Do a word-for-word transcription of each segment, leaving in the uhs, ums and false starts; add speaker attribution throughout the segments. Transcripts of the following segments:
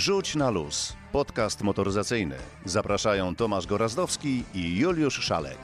Speaker 1: Wrzuć na luz. Podcast motoryzacyjny. Zapraszają Tomasz Gorazdowski i Juliusz Szalek.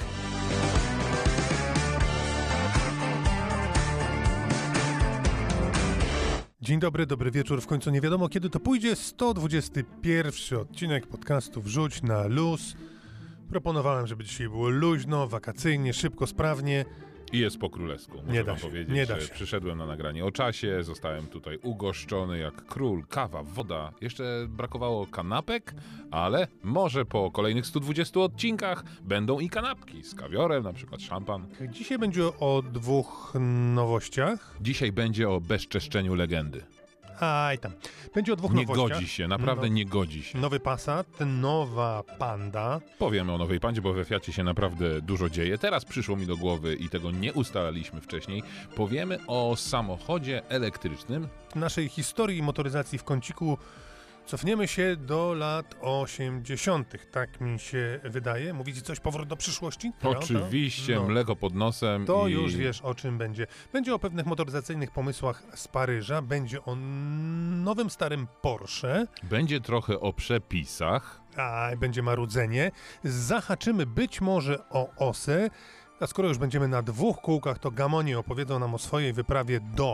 Speaker 2: Dzień dobry, dobry wieczór. W końcu nie wiadomo, kiedy to pójdzie. sto dwudziesty pierwszy odcinek podcastu Wrzuć na luz. Proponowałem, żeby dzisiaj było luźno, wakacyjnie, szybko, sprawnie.
Speaker 3: I jest po królewsku, muszę
Speaker 2: nie da
Speaker 3: wam
Speaker 2: się,
Speaker 3: powiedzieć,
Speaker 2: nie da
Speaker 3: że
Speaker 2: się.
Speaker 3: Przyszedłem na nagranie o czasie, zostałem tutaj ugoszczony jak król, kawa, woda. Jeszcze brakowało kanapek, ale może po kolejnych stu dwudziestu odcinkach będą i kanapki z kawiorem, na przykład szampan.
Speaker 2: Dzisiaj będzie o dwóch nowościach.
Speaker 3: Dzisiaj będzie o bezczeszczeniu legendy.
Speaker 2: Aj tam. Będzie o dwóch
Speaker 3: Nie
Speaker 2: nowościach.
Speaker 3: godzi się, naprawdę
Speaker 2: No.
Speaker 3: nie godzi się.
Speaker 2: Nowy Passat, nowa Panda.
Speaker 3: Powiemy o nowej Pandzie, bo we Fiacie się naprawdę dużo dzieje. Teraz przyszło mi do głowy i tego nie ustalaliśmy wcześniej. Powiemy o samochodzie elektrycznym.
Speaker 2: W naszej historii motoryzacji w kąciku cofniemy się do lat osiemdziesiątych. Tak mi się wydaje. Mówicie coś, powrót do przyszłości? No,
Speaker 3: Oczywiście,
Speaker 2: no.
Speaker 3: mleko pod nosem.
Speaker 2: To
Speaker 3: i...
Speaker 2: już wiesz, o czym będzie. Będzie o pewnych motoryzacyjnych pomysłach z Paryża, będzie o nowym, starym Porsche,
Speaker 3: Będzie trochę o przepisach.
Speaker 2: a będzie marudzenie. Zahaczymy być może o Osę, a skoro już będziemy na dwóch kółkach, to Gamoni opowiedzą nam o swojej wyprawie do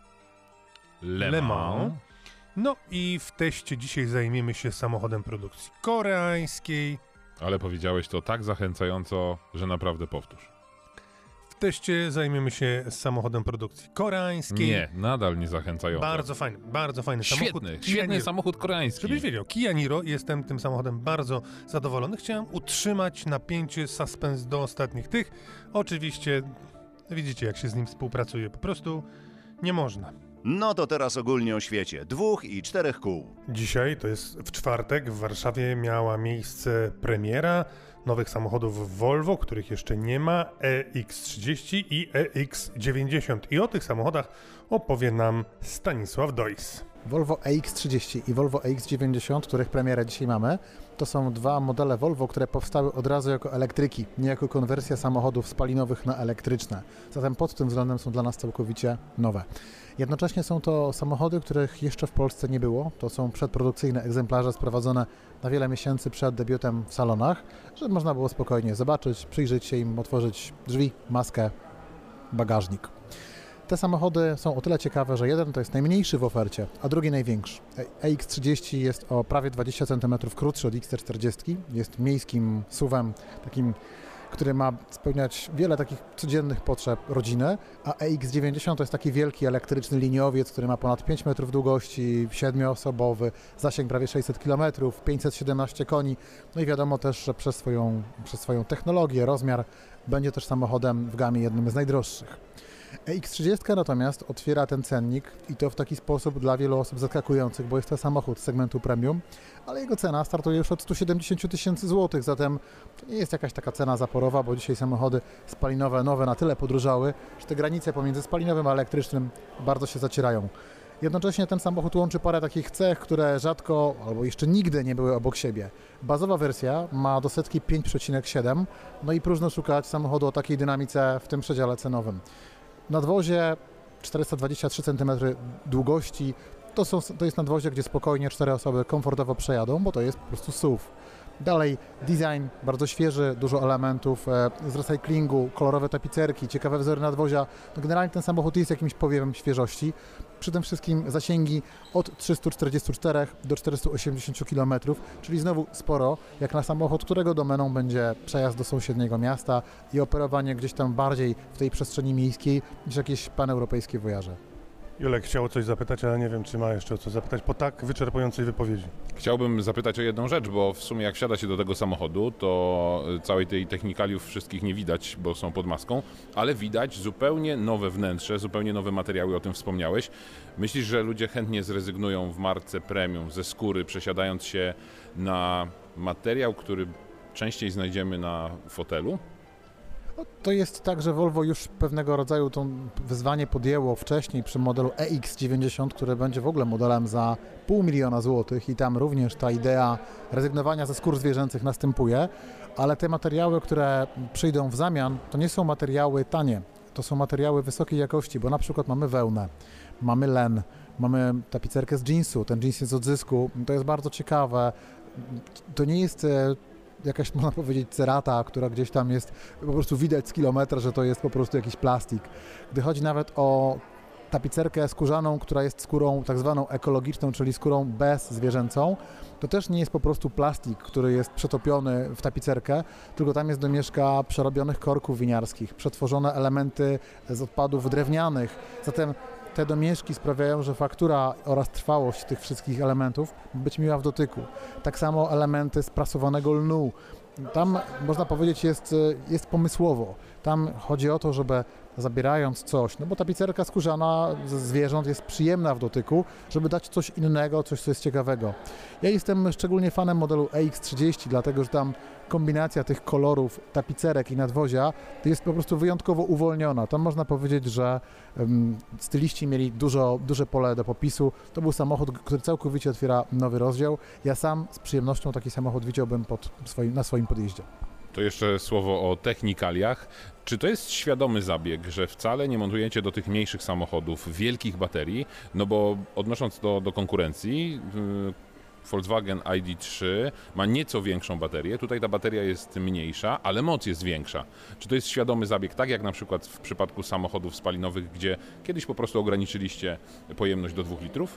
Speaker 3: Le
Speaker 2: Le
Speaker 3: Mans.
Speaker 2: Mans. No i w teście dzisiaj zajmiemy się samochodem produkcji koreańskiej.
Speaker 3: Ale powiedziałeś to tak zachęcająco, że naprawdę powtórz.
Speaker 2: W teście zajmiemy się samochodem produkcji koreańskiej.
Speaker 3: Nie, nadal nie zachęcająco.
Speaker 2: Bardzo fajny, bardzo fajny samochód.
Speaker 3: Świetny,
Speaker 2: Kia
Speaker 3: świetny
Speaker 2: Niro.
Speaker 3: samochód koreański.
Speaker 2: Żebyś wiedział, Kia Niro, jestem tym samochodem bardzo zadowolony. Chciałem utrzymać napięcie, suspens do ostatnich tych. Oczywiście, widzicie jak się z nim współpracuje, po prostu nie można.
Speaker 1: No to teraz ogólnie o świecie. Dwóch i czterech kół.
Speaker 2: Dzisiaj, to jest w czwartek, w Warszawie miała miejsce premiera nowych samochodów Volvo, których jeszcze nie ma, E X trzydzieści i E X dziewięćdziesiąt. I o tych samochodach opowie nam Stanisław Dojs.
Speaker 4: Volvo E X trzydzieści i Volvo E X dziewięćdziesiąt, których premierę dzisiaj mamy, to są dwa modele Volvo, które powstały od razu jako elektryki, nie jako konwersja samochodów spalinowych na elektryczne. Zatem pod tym względem są dla nas całkowicie nowe. Jednocześnie są to samochody, których jeszcze w Polsce nie było. To są przedprodukcyjne egzemplarze sprowadzone na wiele miesięcy przed debiutem w salonach, żeby można było spokojnie zobaczyć, przyjrzeć się im, otworzyć drzwi, maskę, bagażnik. Te samochody są o tyle ciekawe, że jeden to jest najmniejszy w ofercie, a drugi największy. E X trzydzieści jest o prawie dwadzieścia centymetrów krótszy od X C czterdzieści, jest miejskim suwem, takim, który ma spełniać wiele takich codziennych potrzeb rodziny, a E X dziewięćdziesiąt to jest taki wielki elektryczny liniowiec, który ma ponad pięć metrów długości, siedmioosobowy, zasięg prawie sześćset kilometrów, pięćset siedemnaście koni, no i wiadomo też, że przez swoją, przez swoją technologię, rozmiar będzie też samochodem w gamie jednym z najdroższych. E X trzydzieści natomiast otwiera ten cennik i to w taki sposób dla wielu osób zaskakujących, bo jest to samochód z segmentu premium, ale jego cena startuje już od stu siedemdziesięciu tysięcy złotych, zatem to nie jest jakaś taka cena zaporowa, bo dzisiaj samochody spalinowe nowe na tyle podróżały, że te granice pomiędzy spalinowym a elektrycznym bardzo się zacierają. Jednocześnie ten samochód łączy parę takich cech, które rzadko albo jeszcze nigdy nie były obok siebie. Bazowa wersja ma do setki pięć przecinek siedem, no i próżno szukać samochodu o takiej dynamice w tym przedziale cenowym. Nadwozie czterysta dwadzieścia trzy centymetry długości, to, są, to jest nadwozie, gdzie spokojnie cztery osoby komfortowo przejadą, bo to jest po prostu S U V. Dalej design bardzo świeży, dużo elementów e, z recyklingu, kolorowe tapicerki, ciekawe wzory nadwozia. No generalnie ten samochód jest jakimś powiewem świeżości. Przy tym wszystkim zasięgi od trzystu czterdziestu czterech do czterystu osiemdziesięciu kilometrów, czyli znowu sporo, jak na samochód, którego domeną będzie przejazd do sąsiedniego miasta i operowanie gdzieś tam bardziej w tej przestrzeni miejskiej niż jakieś paneuropejskie wojaże.
Speaker 2: Julek chciał coś zapytać, ale nie wiem, czy ma jeszcze o co zapytać po tak wyczerpującej wypowiedzi.
Speaker 3: Chciałbym zapytać o jedną rzecz, bo w sumie jak wsiada się do tego samochodu, to całej tej technikaliów wszystkich nie widać, bo są pod maską, ale widać zupełnie nowe wnętrze, zupełnie nowe materiały, o tym wspomniałeś. Myślisz, że ludzie chętnie zrezygnują w marce premium ze skóry, przesiadając się na materiał, który częściej znajdziemy na fotelu?
Speaker 4: To jest tak, że Volvo już pewnego rodzaju to wyzwanie podjęło wcześniej przy modelu E X dziewięćdziesiąt, który będzie w ogóle modelem za pół miliona złotych i tam również ta idea rezygnowania ze skór zwierzęcych następuje, ale te materiały, które przyjdą w zamian, to nie są materiały tanie. To są materiały wysokiej jakości, bo na przykład mamy wełnę, mamy len, Mamy tapicerkę z jeansu, ten jeans jest z odzysku, to jest bardzo ciekawe. To nie jest jakaś, można powiedzieć, cerata, która gdzieś tam jest, po prostu widać z kilometra, że to jest po prostu jakiś plastik. Gdy chodzi nawet o tapicerkę skórzaną, która jest skórą tak zwaną ekologiczną, czyli skórą bezzwierzęcą, to też nie jest po prostu plastik, który jest przetopiony w tapicerkę, tylko tam jest domieszka przerobionych korków winiarskich, przetworzone elementy z odpadów drewnianych. Zatem te domieszki sprawiają, że faktura oraz trwałość tych wszystkich elementów ma być miła w dotyku. Tak samo elementy z prasowanego lnu. Tam, można powiedzieć, jest, jest pomysłowo. Tam chodzi o to, żeby zabierając coś, no bo tapicerka skórzana ze zwierząt jest przyjemna w dotyku, żeby dać coś innego, coś, co jest ciekawego. Ja jestem szczególnie fanem modelu E X trzydzieści, dlatego że tam kombinacja tych kolorów tapicerek i nadwozia to jest po prostu wyjątkowo uwolniona. Tam można powiedzieć, że um, styliści mieli dużo, duże pole do popisu. To był samochód, który całkowicie otwiera nowy rozdział. Ja sam z przyjemnością taki samochód widziałbym pod swoim, na swoim podjeździe.
Speaker 3: To jeszcze słowo o technikaliach. Czy to jest świadomy zabieg, że wcale nie montujecie do tych mniejszych samochodów wielkich baterii? No bo odnosząc do, do konkurencji, yy, Volkswagen I D trzy ma nieco większą baterię, tutaj ta bateria jest mniejsza, ale moc jest większa. Czy to jest świadomy zabieg, tak jak na przykład w przypadku samochodów spalinowych, gdzie kiedyś po prostu ograniczyliście pojemność do dwóch litrów?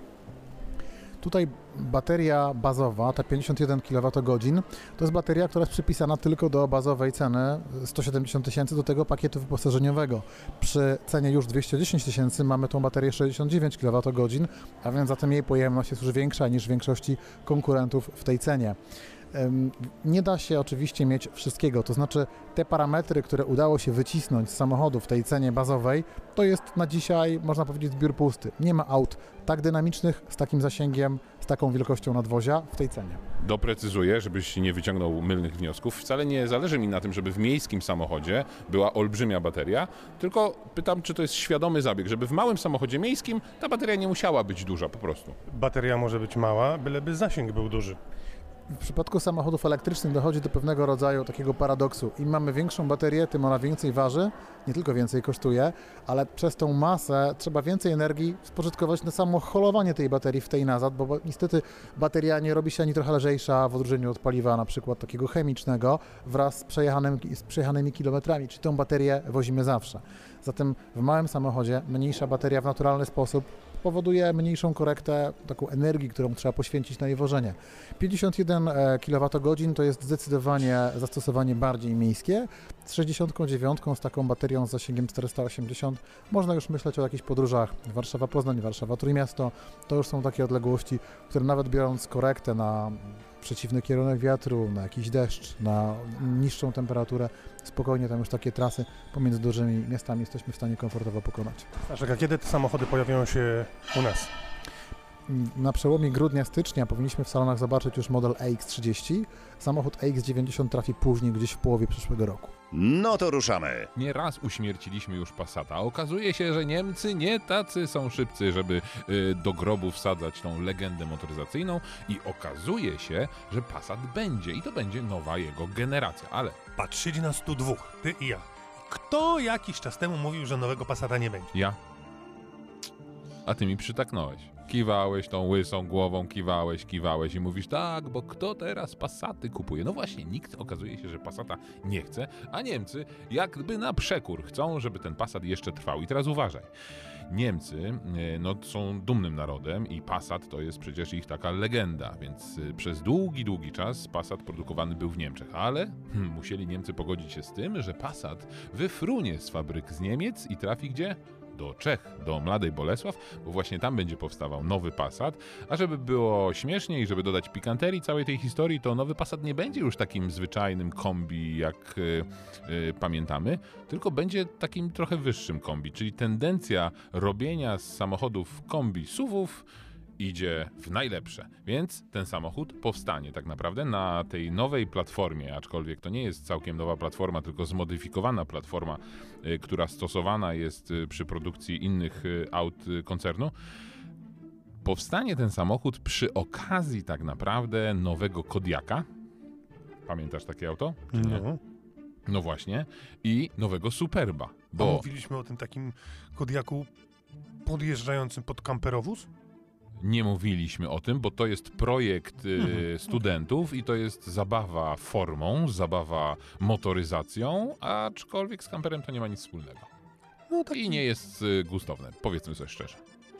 Speaker 4: Tutaj bateria bazowa, ta pięćdziesiąt jeden kilowatogodzin, to jest bateria, która jest przypisana tylko do bazowej ceny sto siedemdziesiąt tysięcy, do tego pakietu wyposażeniowego. Przy cenie już dwieście dziesięć tysięcy mamy tą baterię sześćdziesiąt dziewięć kilowatogodzin, a więc zatem jej pojemność jest już większa niż w większości konkurentów w tej cenie. Nie da się oczywiście mieć wszystkiego, to znaczy te parametry, które udało się wycisnąć z samochodu w tej cenie bazowej, to jest na dzisiaj, można powiedzieć, zbiór pusty. Nie ma aut tak dynamicznych, z takim zasięgiem, z taką wielkością nadwozia w tej cenie.
Speaker 3: Doprecyzuję, żebyś nie wyciągnął mylnych wniosków. Wcale nie zależy mi na tym, żeby w miejskim samochodzie była olbrzymia bateria, tylko pytam, czy to jest świadomy zabieg, żeby w małym samochodzie miejskim ta bateria nie musiała być duża po prostu.
Speaker 2: Bateria może być mała, byleby zasięg był duży.
Speaker 4: W przypadku samochodów elektrycznych dochodzi do pewnego rodzaju takiego paradoksu. Im mamy większą baterię, tym ona więcej waży, nie tylko więcej kosztuje, ale przez tą masę trzeba więcej energii spożytkować na samo holowanie tej baterii w tej i nazad, bo niestety bateria nie robi się ani trochę lżejsza w odróżnieniu od paliwa na przykład takiego chemicznego wraz z, przejechanym, z przejechanymi kilometrami, czyli tą baterię wozimy zawsze. Zatem w małym samochodzie mniejsza bateria w naturalny sposób powoduje mniejszą korektę taką energii, którą trzeba poświęcić na jej wożenie. pięćdziesiąt jeden kilowatogodzin to jest zdecydowanie zastosowanie bardziej miejskie. Z sześćdziesiątką dziewiątką, z taką baterią z zasięgiem czterysta osiemdziesiąt można już myśleć o jakichś podróżach Warszawa-Poznań, Warszawa-Trójmiasto. To już są takie odległości, które nawet biorąc korektę na przeciwny kierunek wiatru, na jakiś deszcz, na niższą temperaturę, spokojnie tam już takie trasy pomiędzy dużymi miastami jesteśmy w stanie komfortowo pokonać.
Speaker 2: Staszek, a kiedy te samochody pojawią się u nas?
Speaker 4: Na przełomie grudnia, stycznia powinniśmy w salonach zobaczyć już model E X trzydzieści. Samochód E X dziewięćdziesiąt trafi później, gdzieś w połowie przyszłego roku.
Speaker 1: No to ruszamy.
Speaker 3: Nie raz uśmierciliśmy już Passata. Okazuje się, że Niemcy nie tacy są szybcy, żeby y, do grobu wsadzać tą legendę motoryzacyjną i okazuje się, że Passat będzie i to będzie nowa jego generacja, ale...
Speaker 2: Patrzyli nas tu dwóch, ty i ja. Kto jakiś czas temu mówił, że nowego Passata nie będzie?
Speaker 3: Ja? A ty mi przytaknąłeś. Kiwałeś tą łysą głową, kiwałeś, kiwałeś i mówisz tak, bo kto teraz Passaty kupuje? No właśnie, nikt okazuje się, że Passata nie chce, a Niemcy jakby na przekór chcą, żeby ten Passat jeszcze trwał. I teraz uważaj. Niemcy no, są dumnym narodem i Passat to jest przecież ich taka legenda, więc przez długi, długi czas Passat produkowany był w Niemczech, ale hmm, musieli Niemcy pogodzić się z tym, że Passat wyfrunie z fabryk z Niemiec i trafi gdzie? Do Czech, do Mladej Bolesław, bo właśnie tam będzie powstawał nowy Passat, a żeby było śmieszniej i żeby dodać pikanterii całej tej historii, to nowy Passat nie będzie już takim zwyczajnym kombi, jak y, y, pamiętamy, tylko będzie takim trochę wyższym kombi, czyli tendencja robienia z samochodów kombi suwów idzie w najlepsze, więc ten samochód powstanie tak naprawdę na tej nowej platformie, aczkolwiek to nie jest całkiem nowa platforma, tylko zmodyfikowana platforma, y, która stosowana jest y, przy produkcji innych y, aut y, koncernu. Powstanie ten samochód przy okazji tak naprawdę nowego Kodiaka. Pamiętasz takie auto? Czy nie?
Speaker 2: No.
Speaker 3: No właśnie. I nowego Superba. Bo...
Speaker 2: A mówiliśmy o tym takim Kodiaku podjeżdżającym pod kamperowóz?
Speaker 3: nie mówiliśmy o tym, bo to jest projekt y,
Speaker 2: Mhm.
Speaker 3: studentów i to jest zabawa formą, zabawa motoryzacją, aczkolwiek z kamperem to nie ma nic wspólnego.
Speaker 2: No tak,
Speaker 3: I nie jest y, gustowne, powiedzmy sobie szczerze.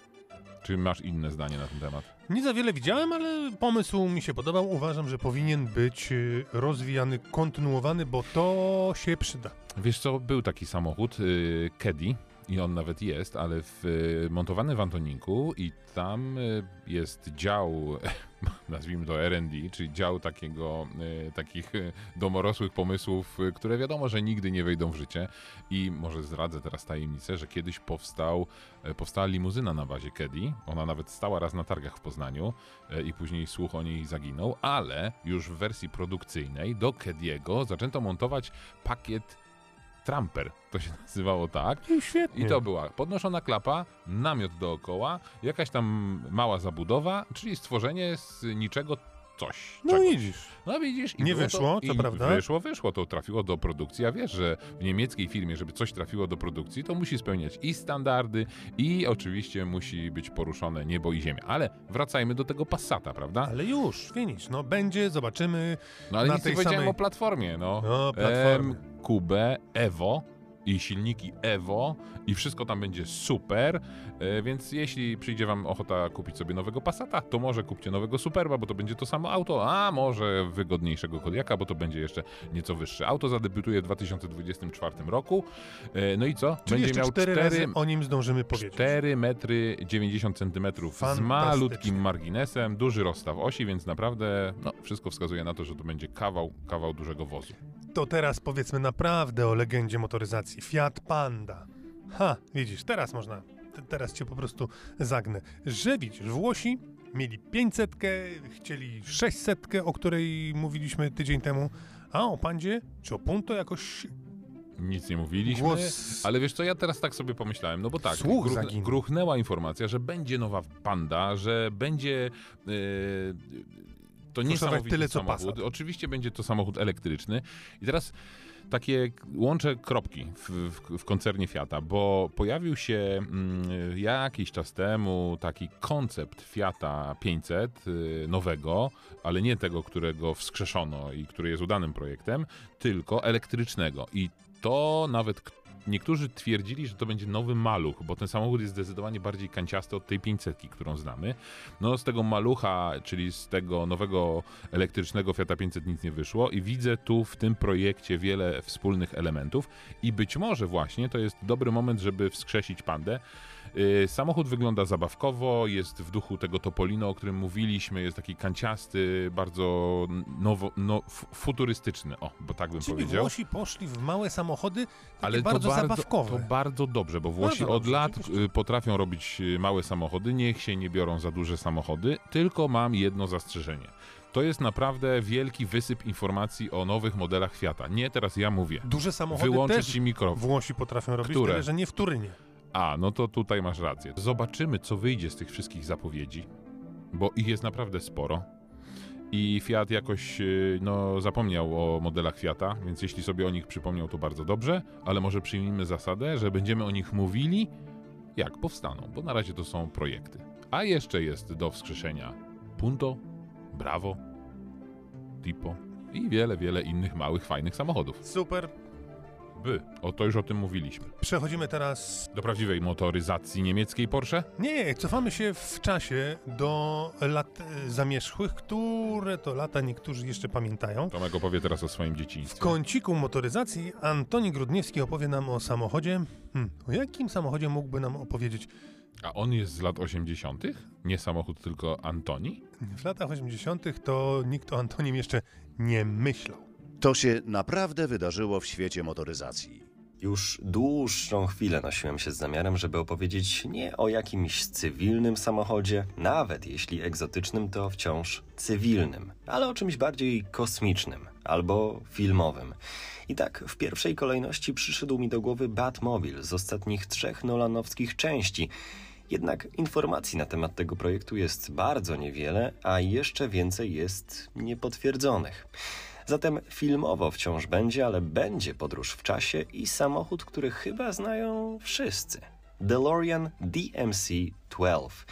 Speaker 3: Czy masz inne zdanie na ten temat?
Speaker 2: nie za wiele widziałem, ale pomysł mi się podobał. Uważam, że powinien być y, rozwijany, kontynuowany, bo to się przyda.
Speaker 3: Wiesz co, był taki samochód, y, Caddy, i on nawet jest, ale w, y, montowany w Antoninku i tam y, jest dział, nazwijmy to R and D, czyli dział takiego, y, takich y, domorosłych pomysłów, y, które wiadomo, że nigdy nie wejdą w życie. I może zdradzę teraz tajemnicę, że kiedyś powstał, y, powstała limuzyna na bazie Caddy. Ona nawet stała raz na targach w Poznaniu y, i później słuch o niej zaginął, ale już w wersji produkcyjnej do Caddy'ego zaczęto montować pakiet Tramper, to się nazywało tak.
Speaker 2: I świetnie.
Speaker 3: I to była podnoszona klapa, namiot dookoła, jakaś tam mała zabudowa, czyli stworzenie z niczego coś.
Speaker 2: No
Speaker 3: czegoś.
Speaker 2: widzisz.
Speaker 3: No widzisz. I
Speaker 2: Nie
Speaker 3: było
Speaker 2: wyszło,
Speaker 3: to,
Speaker 2: co
Speaker 3: i
Speaker 2: prawda.
Speaker 3: Wyszło, wyszło, to trafiło do produkcji, a wiesz, że w niemieckiej firmie, żeby coś trafiło do produkcji, to musi spełniać i standardy, i oczywiście musi być poruszone niebo i ziemia. Ale wracajmy do tego Passata, prawda?
Speaker 2: Ale już, Finish, no będzie, zobaczymy.
Speaker 3: No ale
Speaker 2: na
Speaker 3: nic nie
Speaker 2: tej
Speaker 3: powiedziałem
Speaker 2: samej-
Speaker 3: o platformie, no.
Speaker 2: No, platformy.
Speaker 3: Em, Kubę, Evo i silniki Evo i wszystko tam będzie super, e, więc jeśli przyjdzie wam ochota kupić sobie nowego Passata, to może kupcie nowego Superba, bo to będzie to samo auto, a może wygodniejszego Kodiaka, bo to będzie jeszcze nieco wyższe. Auto zadebiutuje w dwa tysiące dwudziestym czwartym roku, e, no i co?
Speaker 2: Czyli
Speaker 3: będzie
Speaker 2: jeszcze
Speaker 3: miał
Speaker 2: cztery
Speaker 3: cztery
Speaker 2: razy o nim zdążymy powiedzieć.
Speaker 3: cztery metry dziewięćdziesiąt centymetrów z
Speaker 2: Fantastycznie.
Speaker 3: malutkim marginesem, duży rozstaw osi, więc naprawdę no, wszystko wskazuje na to, że to będzie kawał, kawał dużego wozu.
Speaker 2: To teraz powiedzmy naprawdę o legendzie motoryzacji. Fiat Panda. Ha, widzisz, teraz można, te- teraz cię po prostu zagnę. Że widzisz, Włosi mieli pięćsetkę, chcieli sześćsetkę, o której mówiliśmy tydzień temu, a o Pandzie czy o Punto jakoś
Speaker 3: Nic nie mówiliśmy,
Speaker 2: Głos-
Speaker 3: ale wiesz co, ja teraz tak sobie pomyślałem, no bo tak,
Speaker 2: Słuch
Speaker 3: gruch,
Speaker 2: zaginął.
Speaker 3: gruchnęła informacja, że będzie nowa Panda, że będzie e, to niesamowity
Speaker 2: tyle, co
Speaker 3: samochód.
Speaker 2: Passat.
Speaker 3: Oczywiście będzie to samochód elektryczny i teraz takie łączę kropki w, w, w koncernie Fiata, bo pojawił się mm, jakiś czas temu taki koncept Fiata pięćset y, nowego, ale nie tego, którego wskrzeszono i który jest udanym projektem, tylko elektrycznego. I to nawet k- niektórzy twierdzili, że to będzie nowy maluch, bo ten samochód jest zdecydowanie bardziej kanciasty od tej pięćsetki, którą znamy. No z tego malucha, czyli z tego nowego elektrycznego Fiata pięćset nic nie wyszło i widzę tu w tym projekcie wiele wspólnych elementów i być może właśnie to jest dobry moment, żeby wskrzesić Pandę. Yy, samochód wygląda zabawkowo, jest w duchu tego Topolino, o którym mówiliśmy, jest taki kanciasty, bardzo nowo, no, f- futurystyczny, o, bo tak bym
Speaker 2: Czyli
Speaker 3: powiedział.
Speaker 2: Włosi poszli w małe samochody, takie
Speaker 3: Ale
Speaker 2: bardzo,
Speaker 3: to bardzo,
Speaker 2: zabawkowe.
Speaker 3: to bardzo dobrze, bo Włosi
Speaker 2: Bardzo
Speaker 3: od
Speaker 2: dobrze,
Speaker 3: lat
Speaker 2: oczywiście.
Speaker 3: y, potrafią robić y, małe samochody, niech się nie biorą za duże samochody, tylko mam jedno zastrzeżenie. To jest naprawdę wielki wysyp informacji o nowych modelach Fiata. Nie, teraz ja mówię.
Speaker 2: Duże samochody
Speaker 3: Wyłączę
Speaker 2: też
Speaker 3: ci mikrofon.
Speaker 2: Włosi potrafią robić,
Speaker 3: Które?
Speaker 2: tyle, że nie w Turynie.
Speaker 3: A, no to tutaj masz rację. Zobaczymy, co wyjdzie z tych wszystkich zapowiedzi, bo ich jest naprawdę sporo. I Fiat jakoś y, no, zapomniał o modelach Fiata, więc jeśli sobie o nich przypomniał, to bardzo dobrze, ale może przyjmijmy zasadę, że będziemy o nich mówili, jak powstaną, bo na razie to są projekty. A jeszcze jest do wskrzeszenia Punto, Bravo, Tipo i wiele, wiele innych małych, fajnych samochodów.
Speaker 2: Super.
Speaker 3: By, o to już o tym mówiliśmy.
Speaker 2: Przechodzimy teraz...
Speaker 3: Do prawdziwej motoryzacji niemieckiej Porsche?
Speaker 2: Nie, cofamy się w czasie do lat e, zamierzchłych, które to lata niektórzy jeszcze pamiętają.
Speaker 3: Tomek opowie teraz o swoim
Speaker 2: W
Speaker 3: dzieciństwie.
Speaker 2: kąciku motoryzacji Antoni Grudniewski opowie nam o samochodzie. Hmm, o jakim samochodzie mógłby nam opowiedzieć?
Speaker 3: A on jest z lat osiemdziesiątych? Nie samochód, tylko Antoni?
Speaker 2: W latach osiemdziesiątych to nikt o Antonim jeszcze nie myślał.
Speaker 1: To się naprawdę wydarzyło w świecie motoryzacji.
Speaker 5: Już dłuższą chwilę nosiłem się z zamiarem, żeby opowiedzieć nie o jakimś cywilnym samochodzie, nawet jeśli egzotycznym, to wciąż cywilnym, ale o czymś bardziej kosmicznym albo filmowym. I tak w pierwszej kolejności przyszedł mi do głowy Batmobile z ostatnich trzech nolanowskich części. Jednak informacji na temat tego projektu jest bardzo niewiele, a jeszcze więcej jest niepotwierdzonych. Zatem filmowo wciąż będzie, ale będzie podróż w czasie i samochód, który chyba znają wszyscy. DeLorean D M C dwanaście.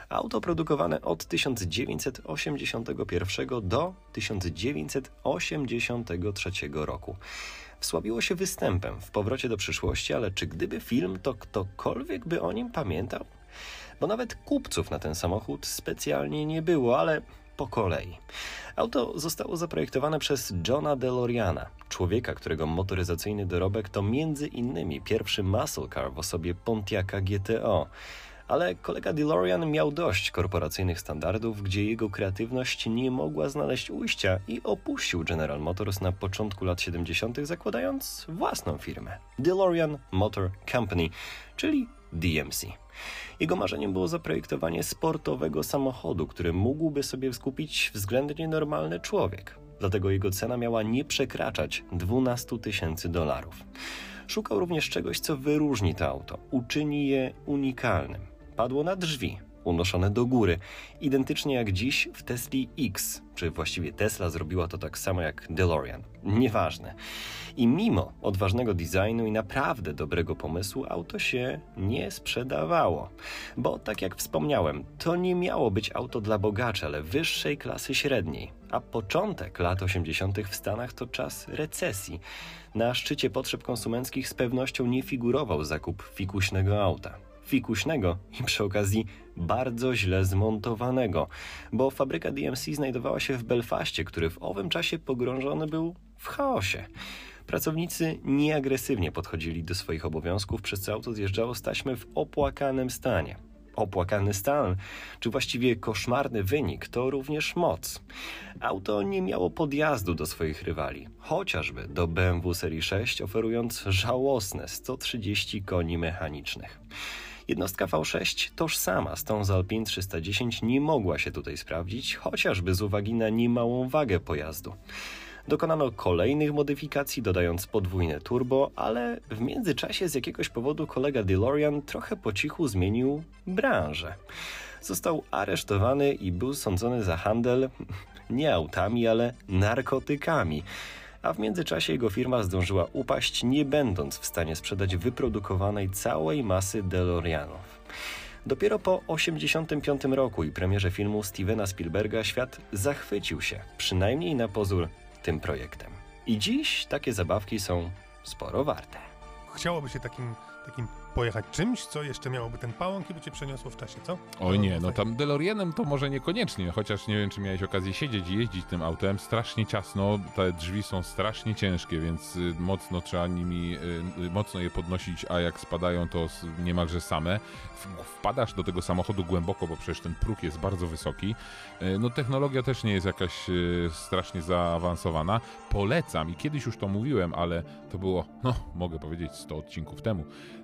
Speaker 5: Auto produkowane od tysiąc dziewięćset osiemdziesiątego pierwszego do tysiąc dziewięćset osiemdziesiątego trzeciego roku. Wsławiło się występem w Powrocie do przyszłości, ale czy gdyby film, to ktokolwiek by o nim pamiętał? Bo nawet kupców na ten samochód specjalnie nie było, ale po kolei. Auto zostało zaprojektowane przez Johna DeLoreana, człowieka, którego motoryzacyjny dorobek to między innymi pierwszy muscle car w osobie Pontiaca G T O. Ale kolega DeLorean miał dość korporacyjnych standardów, gdzie jego kreatywność nie mogła znaleźć ujścia i opuścił General Motors na początku lat siedemdziesiątych, zakładając własną firmę DeLorean Motor Company, czyli D M C. Jego marzeniem było zaprojektowanie sportowego samochodu, który mógłby sobie skupić względnie normalny człowiek. Dlatego jego cena miała nie przekraczać dwunastu tysięcy dolarów. Szukał również czegoś, co wyróżni to auto, uczyni je unikalnym. Padło na drzwi, unoszone do góry, identycznie jak dziś w Tesli X, czy właściwie Tesla zrobiła to tak samo jak DeLorean. Nieważne. I mimo odważnego designu i naprawdę dobrego pomysłu, auto się nie sprzedawało. Bo tak jak wspomniałem, to nie miało być auto dla bogaczy, ale wyższej klasy średniej. A początek lat osiemdziesiątych w Stanach to czas recesji. Na szczycie potrzeb konsumenckich z pewnością nie figurował zakup fikuśnego auta. Fikuśnego i przy okazji bardzo źle zmontowanego, bo fabryka D M C znajdowała się w Belfaście, który w owym czasie pogrążony był w chaosie. Pracownicy nieagresywnie podchodzili do swoich obowiązków, przez co auto zjeżdżało z taśmy w opłakanym stanie. Opłakany stan, czy właściwie koszmarny wynik, to również moc. Auto nie miało podjazdu do swoich rywali, chociażby do B M W serii sześć, oferując żałosne sto trzydzieści koni mechanicznych. Jednostka V sześć tożsama z tą z Alpine trzysta dziesięć nie mogła się tutaj sprawdzić, chociażby z uwagi na niemałą wagę pojazdu. Dokonano kolejnych modyfikacji, dodając podwójne turbo, ale w międzyczasie z jakiegoś powodu kolega DeLorean trochę po cichu zmienił branżę. Został aresztowany i był sądzony za handel nie autami, ale narkotykami. A w międzyczasie jego firma zdążyła upaść, nie będąc w stanie sprzedać wyprodukowanej całej masy DeLoreanów. Dopiero po osiemdziesiątym piątym roku i premierze filmu Stevena Spielberga świat zachwycił się, przynajmniej na pozór, tym projektem. I dziś takie zabawki są sporo warte.
Speaker 2: Chciałoby się takim, takim pojechać czymś, co jeszcze miałoby ten pałąk i by cię przeniosło w czasie, co?
Speaker 3: Oj nie, no tam DeLoreanem to może niekoniecznie, chociaż nie wiem, czy miałeś okazję siedzieć i jeździć tym autem. Strasznie ciasno, te drzwi są strasznie ciężkie, więc y, mocno trzeba nimi, y, mocno je podnosić, a jak spadają, to niemalże same. Wpadasz do tego samochodu głęboko, bo przecież ten próg jest bardzo wysoki. Y, no technologia też nie jest jakaś y, strasznie zaawansowana. Polecam i kiedyś już to mówiłem, ale to było, no mogę powiedzieć, sto odcinków temu.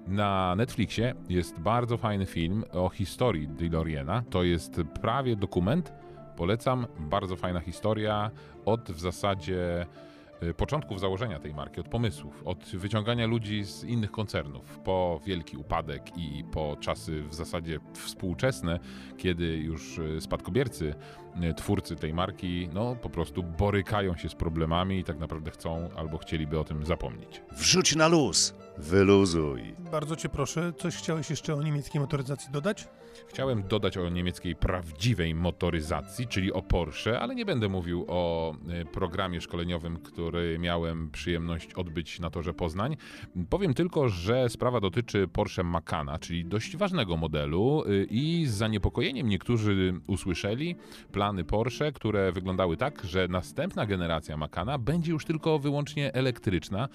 Speaker 3: Na Netflixie jest bardzo fajny film o historii DeLoreana. To jest prawie dokument. Polecam. Bardzo fajna historia od w zasadzie początków założenia tej marki, od pomysłów, od wyciągania ludzi z innych koncernów, po wielki upadek i po czasy w zasadzie współczesne, kiedy już spadkobiercy, twórcy tej marki, no po prostu borykają się z problemami i tak naprawdę chcą albo chcieliby o tym zapomnieć.
Speaker 1: Wrzuć na luz, wyluzuj.
Speaker 2: Bardzo cię proszę, coś chciałeś jeszcze o niemieckiej motoryzacji dodać?
Speaker 3: Chciałem dodać o niemieckiej prawdziwej motoryzacji, czyli o Porsche, ale nie będę mówił o programie szkoleniowym, który miałem przyjemność odbyć na torze Poznań. Powiem tylko, że sprawa dotyczy Porsche Macana, czyli dość ważnego modelu i z zaniepokojeniem niektórzy usłyszeli plany Porsche, które wyglądały tak, że następna generacja Macana będzie już tylko wyłącznie elektryczna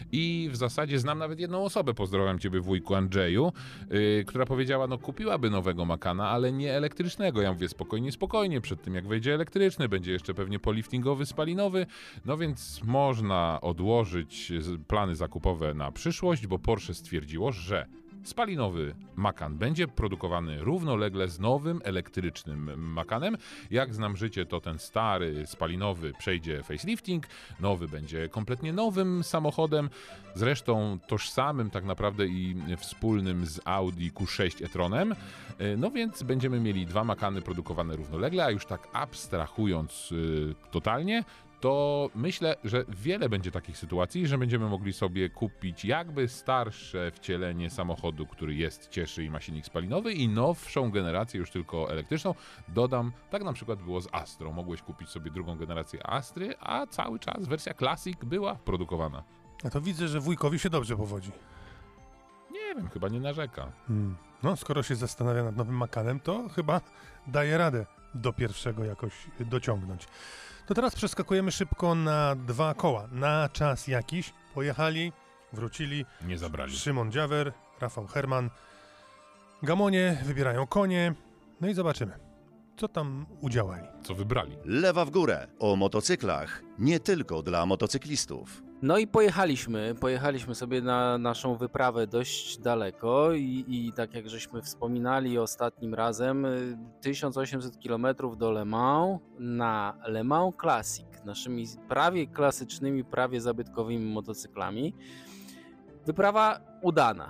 Speaker 3: i w zasadzie znam nawet jedną osobę, pozdrawiam ciebie wujku Andrzeju, yy, która powiedziała, no kupiłaby nowego Macana, ale nie elektrycznego. Ja mówię, spokojnie, spokojnie, przed tym jak wejdzie elektryczny, będzie jeszcze pewnie poliftingowy, spalinowy, no więc można odłożyć plany zakupowe na przyszłość, bo Porsche stwierdziło, że spalinowy Macan będzie produkowany równolegle z nowym elektrycznym Macanem. Jak znam życie, to ten stary spalinowy przejdzie facelifting, nowy będzie kompletnie nowym samochodem, zresztą tożsamym tak naprawdę i wspólnym z Audi Q sześć e-tronem. No więc będziemy mieli dwa Macany produkowane równolegle, a już tak abstrahując yy, totalnie, to myślę, że wiele będzie takich sytuacji, że będziemy mogli sobie kupić jakby starsze wcielenie samochodu, który jest, cieszy i ma silnik spalinowy i nowszą generację, już tylko elektryczną. Dodam, tak na przykład było z Astrą. Mogłeś kupić sobie drugą generację Astry, a cały czas wersja Classic była produkowana.
Speaker 2: A to widzę, że wujkowi się dobrze powodzi.
Speaker 3: Nie wiem, chyba nie narzeka.
Speaker 2: Hmm. No, skoro się zastanawia nad nowym Makanem, to chyba daje radę do pierwszego jakoś dociągnąć. To teraz przeskakujemy szybko na dwa koła. Na czas jakiś pojechali, wrócili.
Speaker 3: Nie zabrali.
Speaker 2: Szymon Dziawer, Rafał Herman. Gamonie wybierają konie. No i zobaczymy, co tam udziałali.
Speaker 3: Co wybrali?
Speaker 1: Lewa w górę o motocyklach, nie tylko dla motocyklistów.
Speaker 6: No i pojechaliśmy, pojechaliśmy sobie na naszą wyprawę dość daleko i, i tak jak żeśmy wspominali ostatnim razem, tysiąc osiemset kilometrów do Le Mans na Le Mans Classic, naszymi prawie klasycznymi, prawie zabytkowymi motocyklami. Wyprawa udana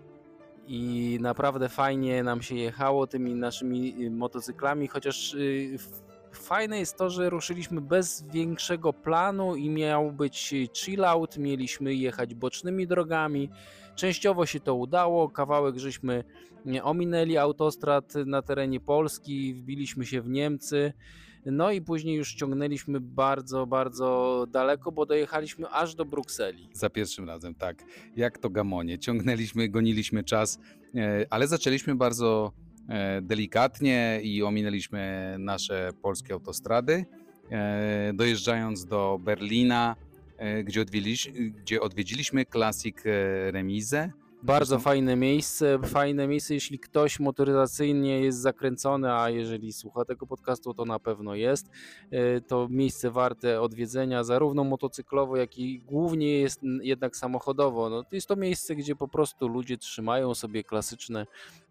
Speaker 6: i naprawdę fajnie nam się jechało tymi naszymi motocyklami, chociaż fajne jest to, że ruszyliśmy bez większego planu i miał być chill out, mieliśmy jechać bocznymi drogami. Częściowo się to udało, kawałek żeśmy ominęli autostrad na terenie Polski, wbiliśmy się w Niemcy, no i później już ciągnęliśmy bardzo, bardzo daleko, bo dojechaliśmy aż do Brukseli.
Speaker 7: Za pierwszym razem, tak. Jak to gamonie. Ciągnęliśmy, goniliśmy czas, ale zaczęliśmy bardzo delikatnie i ominęliśmy nasze polskie autostrady, dojeżdżając do Berlina, gdzie odwiedziliśmy, gdzie odwiedziliśmy Classic remizę.
Speaker 6: Bardzo fajne miejsce, fajne miejsce, jeśli ktoś motoryzacyjnie jest zakręcony, a jeżeli słucha tego podcastu, to na pewno jest. To miejsce warte odwiedzenia, zarówno motocyklowo, jak i głównie jest jednak samochodowo. No, to jest to miejsce, gdzie po prostu ludzie trzymają sobie klasyczne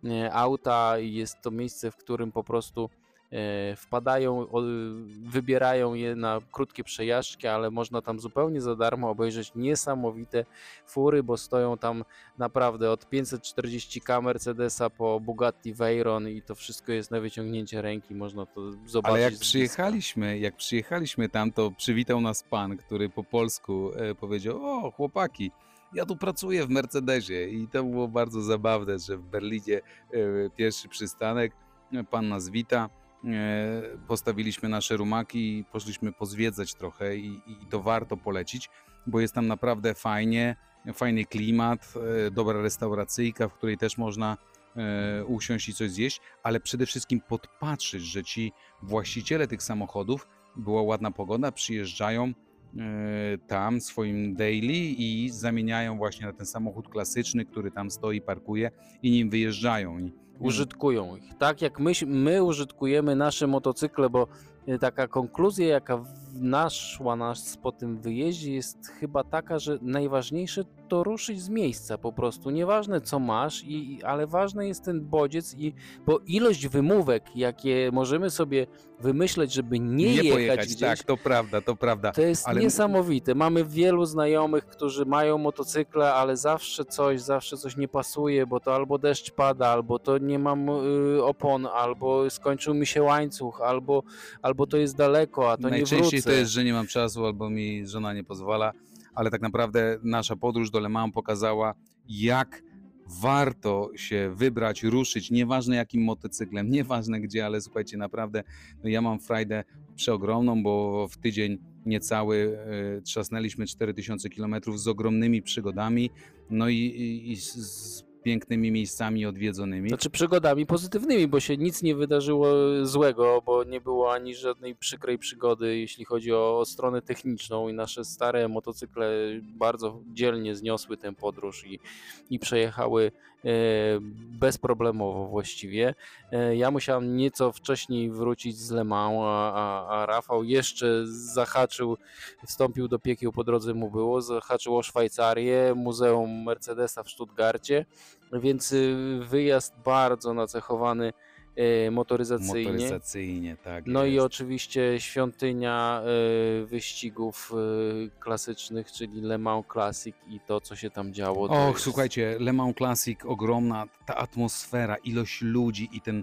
Speaker 6: auta i jest to miejsce, w którym po prostu wpadają, wybierają je na krótkie przejażdżki, ale można tam zupełnie za darmo obejrzeć niesamowite fury, bo stoją tam naprawdę od pięćset czterdzieści K Mercedesa po Bugatti Veyron i to wszystko jest na wyciągnięcie ręki, można to zobaczyć.
Speaker 7: Ale jak przyjechaliśmy, jak przyjechaliśmy tam, to przywitał nas pan, który po polsku powiedział: o chłopaki, ja tu pracuję w Mercedesie i to było bardzo zabawne, że w Berlinie pierwszy przystanek, pan nas wita. Postawiliśmy nasze rumaki i poszliśmy pozwiedzać trochę i, i to warto polecić, bo jest tam naprawdę fajnie, fajny klimat, dobra restauracyjka, w której też można usiąść i coś zjeść, ale przede wszystkim podpatrzeć, że ci właściciele tych samochodów, była ładna pogoda, przyjeżdżają tam swoim daily i zamieniają właśnie na ten samochód klasyczny, który tam stoi, parkuje i nim wyjeżdżają.
Speaker 6: Użytkują ich. Tak jak my, my użytkujemy nasze motocykle, bo taka konkluzja, jaka naszła nas po tym wyjeździe, jest chyba taka, że najważniejsze to ruszyć z miejsca po prostu. Nieważne co masz, i, ale ważny jest ten bodziec, i, bo ilość wymówek, jakie możemy sobie wymyśleć, żeby nie,
Speaker 7: nie
Speaker 6: jechać
Speaker 7: pojechać,
Speaker 6: gdzieś,
Speaker 7: tak, to prawda, to prawda.
Speaker 6: To jest
Speaker 7: ale...
Speaker 6: niesamowite. Mamy wielu znajomych, którzy mają motocykle, ale zawsze coś, zawsze coś nie pasuje, bo to albo deszcz pada, albo to nie mam y, opon, albo skończył mi się łańcuch, albo, albo to jest daleko, a to nie wrócę.
Speaker 7: Najczęściej to jest, że nie mam czasu, albo mi żona nie pozwala, ale tak naprawdę nasza podróż do Le Mans pokazała, jak warto się wybrać, ruszyć, nieważne jakim motocyklem, nieważne gdzie, ale słuchajcie, naprawdę no ja mam frajdę przeogromną, bo w tydzień niecały y, trzasnęliśmy cztery tysiące kilometrów z ogromnymi przygodami, no i, i, i z, z pięknymi miejscami odwiedzonymi.
Speaker 6: Znaczy przygodami pozytywnymi, bo się nic nie wydarzyło złego, bo nie było ani żadnej przykrej przygody, jeśli chodzi o, o stronę techniczną, i nasze stare motocykle bardzo dzielnie zniosły tę podróż i, i przejechały e, bezproblemowo właściwie. E, ja musiałem nieco wcześniej wrócić z Le Mans, a, a, a Rafał jeszcze zahaczył, wstąpił do piekieł, po drodze mu było, zahaczył o Szwajcarię, Muzeum Mercedesa w Stuttgarcie, więc wyjazd bardzo nacechowany e, motoryzacyjnie.
Speaker 7: Motoryzacyjnie, tak.
Speaker 6: No
Speaker 7: jest.
Speaker 6: i oczywiście świątynia e, wyścigów e, klasycznych, czyli Le Mans Classic i to, co się tam działo.
Speaker 7: Och,
Speaker 6: jest...
Speaker 7: słuchajcie, Le Mans Classic, ogromna ta atmosfera, ilość ludzi i ten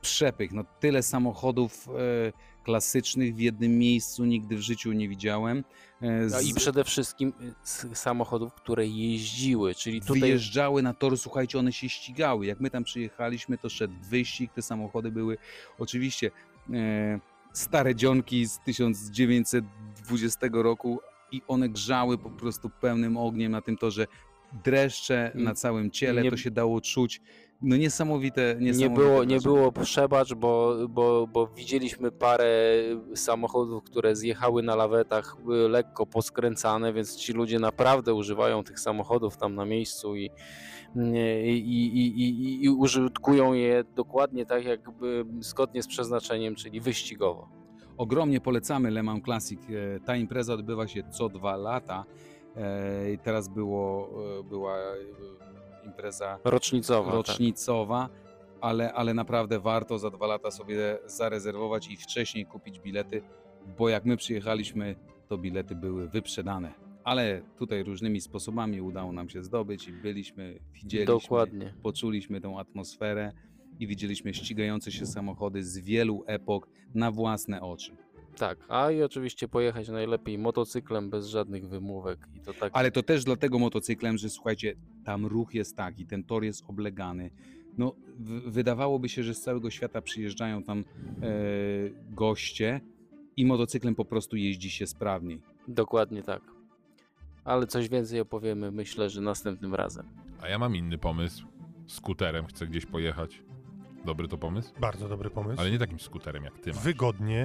Speaker 7: przepych. No, tyle samochodów e, klasycznych w jednym miejscu nigdy w życiu nie widziałem. E,
Speaker 6: No i
Speaker 7: z-
Speaker 6: przede wszystkim z samochodów, które jeździły, czyli tutaj
Speaker 7: Wyjeżdżały na tory, słuchajcie, one się ścigały. Jak my tam przyjechaliśmy, to szedł wyścig, te samochody były oczywiście e, stare dzionki z tysiąc dziewięćset dwudziestego roku i one grzały po prostu pełnym ogniem na tym torze. Dreszcze na całym ciele,
Speaker 6: Nie-
Speaker 7: to się dało czuć. No niesamowite,
Speaker 6: nie
Speaker 7: niesamowite
Speaker 6: było, nie
Speaker 7: wrażenie.
Speaker 6: było przebacz, bo, bo, bo widzieliśmy parę samochodów, które zjechały na lawetach, były lekko poskręcane, więc ci ludzie naprawdę używają tych samochodów tam na miejscu i, i, i, i, i, i użytkują je dokładnie tak, jakby zgodnie z przeznaczeniem, czyli wyścigowo.
Speaker 7: Ogromnie polecamy Le Mans Classic. E, Ta impreza odbywa się co dwa lata. E, i Teraz było, e, była e, impreza
Speaker 6: Rocznicowa. tak.
Speaker 7: rocznicowa, ale, ale naprawdę warto za dwa lata sobie zarezerwować i wcześniej kupić bilety, bo jak my przyjechaliśmy, to bilety były wyprzedane. Ale tutaj różnymi sposobami udało nam się zdobyć i byliśmy, widzieliśmy,
Speaker 6: Dokładnie.
Speaker 7: poczuliśmy tą atmosferę i widzieliśmy ścigające się samochody z wielu epok na własne oczy.
Speaker 6: Tak, a i oczywiście pojechać najlepiej motocyklem bez żadnych wymówek i to tak.
Speaker 7: Ale to też dlatego motocyklem, że słuchajcie, tam ruch jest taki, ten tor jest oblegany. No, w- wydawałoby się, że z całego świata przyjeżdżają tam e, goście i motocyklem po prostu jeździ się sprawniej.
Speaker 6: Dokładnie tak. Ale coś więcej opowiemy, myślę, że następnym razem.
Speaker 3: A ja mam inny pomysł. Skuterem chcę gdzieś pojechać. Dobry to pomysł?
Speaker 2: Bardzo dobry pomysł.
Speaker 3: Ale nie takim skuterem jak ty masz.
Speaker 2: Wygodnie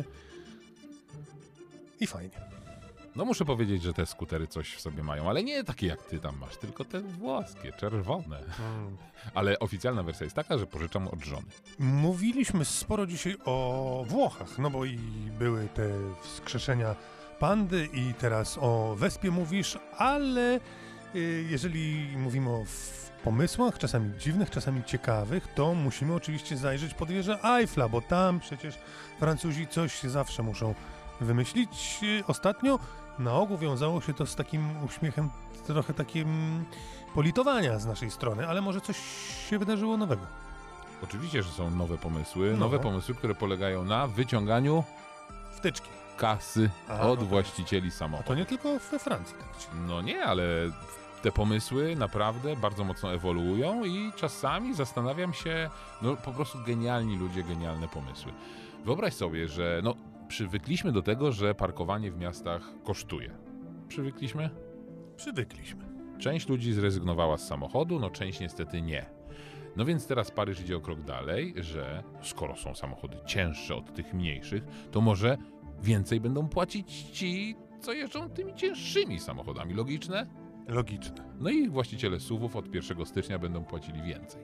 Speaker 2: i fajnie.
Speaker 3: No muszę powiedzieć, że te skutery coś w sobie mają, ale nie takie jak ty tam masz, tylko te włoskie, czerwone.
Speaker 2: Mm.
Speaker 3: Ale oficjalna wersja jest taka, że pożyczam od żony.
Speaker 2: Mówiliśmy sporo dzisiaj o Włochach, no bo i były te wskrzeszenia pandy i teraz o Wespie mówisz, ale y, jeżeli mówimy o w pomysłach, czasami dziwnych, czasami ciekawych, to musimy oczywiście zajrzeć pod wieżę Eiffla, bo tam przecież Francuzi coś zawsze muszą wymyślić. Y, Ostatnio na ogół wiązało się to z takim uśmiechem, trochę takim politowania z naszej strony, ale może coś się wydarzyło nowego.
Speaker 3: Oczywiście, że są nowe pomysły,
Speaker 2: No.
Speaker 3: nowe pomysły, które polegają na wyciąganiu
Speaker 2: Wtyczki.
Speaker 3: kasy
Speaker 2: A,
Speaker 3: od
Speaker 2: no to-
Speaker 3: właścicieli
Speaker 2: A to
Speaker 3: samochodów.
Speaker 2: nie tylko we Francji tak się.
Speaker 3: No nie, ale te pomysły naprawdę bardzo mocno ewoluują i czasami zastanawiam się, no po prostu genialni ludzie, genialne pomysły. Wyobraź sobie, że no przywykliśmy do tego, że parkowanie w miastach kosztuje. Przywykliśmy?
Speaker 2: Przywykliśmy.
Speaker 3: Część ludzi zrezygnowała z samochodu, no część niestety nie. No więc teraz Paryż idzie o krok dalej, że skoro są samochody cięższe od tych mniejszych, to może więcej będą płacić ci, co jeżdżą tymi cięższymi samochodami. Logiczne?
Speaker 2: Logiczne.
Speaker 3: No i właściciele suwów od pierwszego stycznia będą płacili więcej.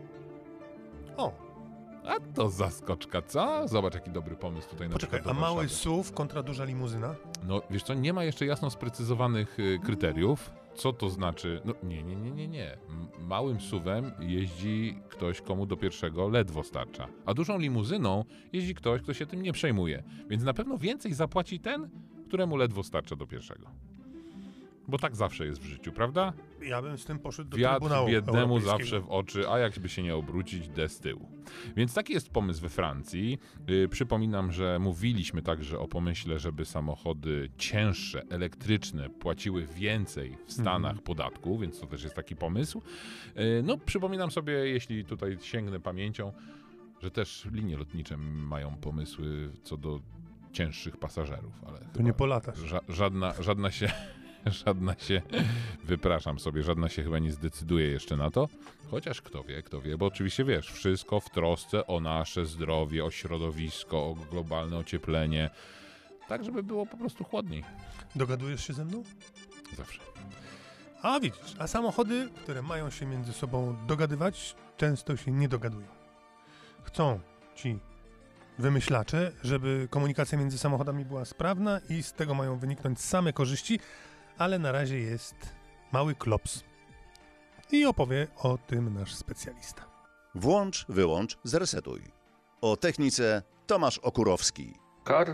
Speaker 2: O,
Speaker 3: A to zaskoczka, co? Zobacz, jaki dobry pomysł tutaj na
Speaker 2: poczekaj,
Speaker 3: przykład
Speaker 2: a
Speaker 3: do
Speaker 2: mały
Speaker 3: Warszawy.
Speaker 2: S U V kontra duża limuzyna?
Speaker 3: No wiesz co, nie ma jeszcze jasno sprecyzowanych y, kryteriów. Co to znaczy? No nie, nie, nie, nie, nie. M- Małym suwem jeździ ktoś, komu do pierwszego ledwo starcza. A dużą limuzyną jeździ ktoś, kto się tym nie przejmuje. Więc na pewno więcej zapłaci ten, któremu ledwo starcza do pierwszego. Bo tak zawsze jest w życiu, prawda?
Speaker 2: Ja bym z tym poszedł do
Speaker 3: Wiatr
Speaker 2: Trybunału
Speaker 3: biednemu
Speaker 2: Europejskiego.
Speaker 3: zawsze w oczy, a jak by się nie obrócić, de z tyłu. Więc taki jest pomysł we Francji. Yy, przypominam, że mówiliśmy także o pomyśle, żeby samochody cięższe, elektryczne płaciły więcej w Stanach
Speaker 2: Mhm.
Speaker 3: podatku, więc to też jest taki pomysł. Yy, no, przypominam sobie, jeśli tutaj sięgnę pamięcią, że też linie lotnicze mają pomysły co do cięższych pasażerów, ale
Speaker 2: To
Speaker 3: chyba
Speaker 2: nie polatasz.
Speaker 3: ża- żadna, żadna się żadna się, wypraszam sobie, żadna się chyba nie zdecyduje jeszcze na to. Chociaż kto wie, kto wie, bo oczywiście wiesz, wszystko w trosce o nasze zdrowie, o środowisko, o globalne ocieplenie, tak żeby było po prostu chłodniej.
Speaker 2: Dogadujesz się ze mną?
Speaker 3: Zawsze.
Speaker 2: A widzisz, a samochody, które mają się między sobą dogadywać, często się nie dogadują. Chcą ci wymyślacze, żeby komunikacja między samochodami była sprawna i z tego mają wyniknąć same korzyści, ale na razie jest mały klops. I opowie o tym nasz specjalista.
Speaker 1: Włącz, wyłącz, zresetuj. O technice Tomasz Okurowski.
Speaker 8: Kar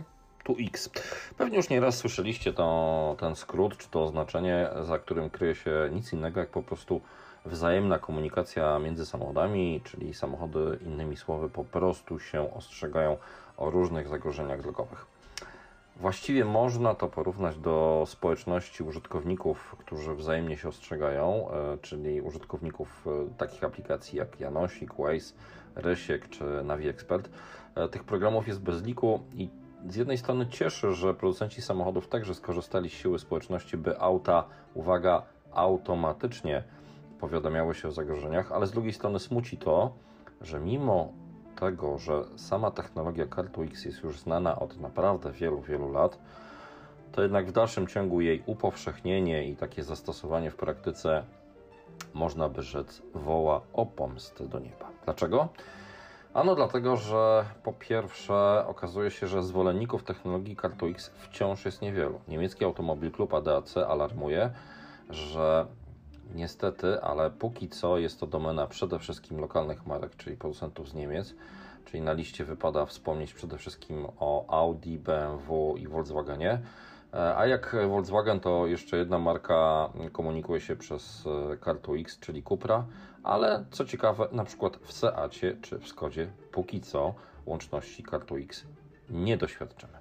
Speaker 8: tu X. Pewnie już nieraz słyszeliście to, ten skrót, czy to oznaczenie, za którym kryje się nic innego, jak po prostu wzajemna komunikacja między samochodami, czyli samochody, innymi słowy, po prostu się ostrzegają o różnych zagrożeniach drogowych. Właściwie można to porównać do społeczności użytkowników, którzy wzajemnie się ostrzegają, czyli użytkowników takich aplikacji jak Janosik, Waze, Rysiek czy NaviExpert. Tych programów jest bez liku i z jednej strony cieszy, że producenci samochodów także skorzystali z siły społeczności, by auta, uwaga, automatycznie powiadamiały się o zagrożeniach, ale z drugiej strony smuci to, że mimo tego, że sama technologia CarToX jest już znana od naprawdę wielu, wielu lat, to jednak w dalszym ciągu jej upowszechnienie i takie zastosowanie w praktyce, można by rzec, woła o pomstę do nieba. Dlaczego? Ano dlatego, że po pierwsze okazuje się, że zwolenników technologii CarToX wciąż jest niewielu. Niemiecki Automobil Club A D A C alarmuje, że niestety, ale póki co jest to domena przede wszystkim lokalnych marek, czyli producentów z Niemiec, czyli na liście wypada wspomnieć przede wszystkim o Audi, B M W i Volkswagenie. A jak Volkswagen, to jeszcze jedna marka komunikuje się przez CarToX, czyli Cupra, ale co ciekawe, na przykład w Seacie czy w Skodzie póki co łączności CarToX nie doświadczymy.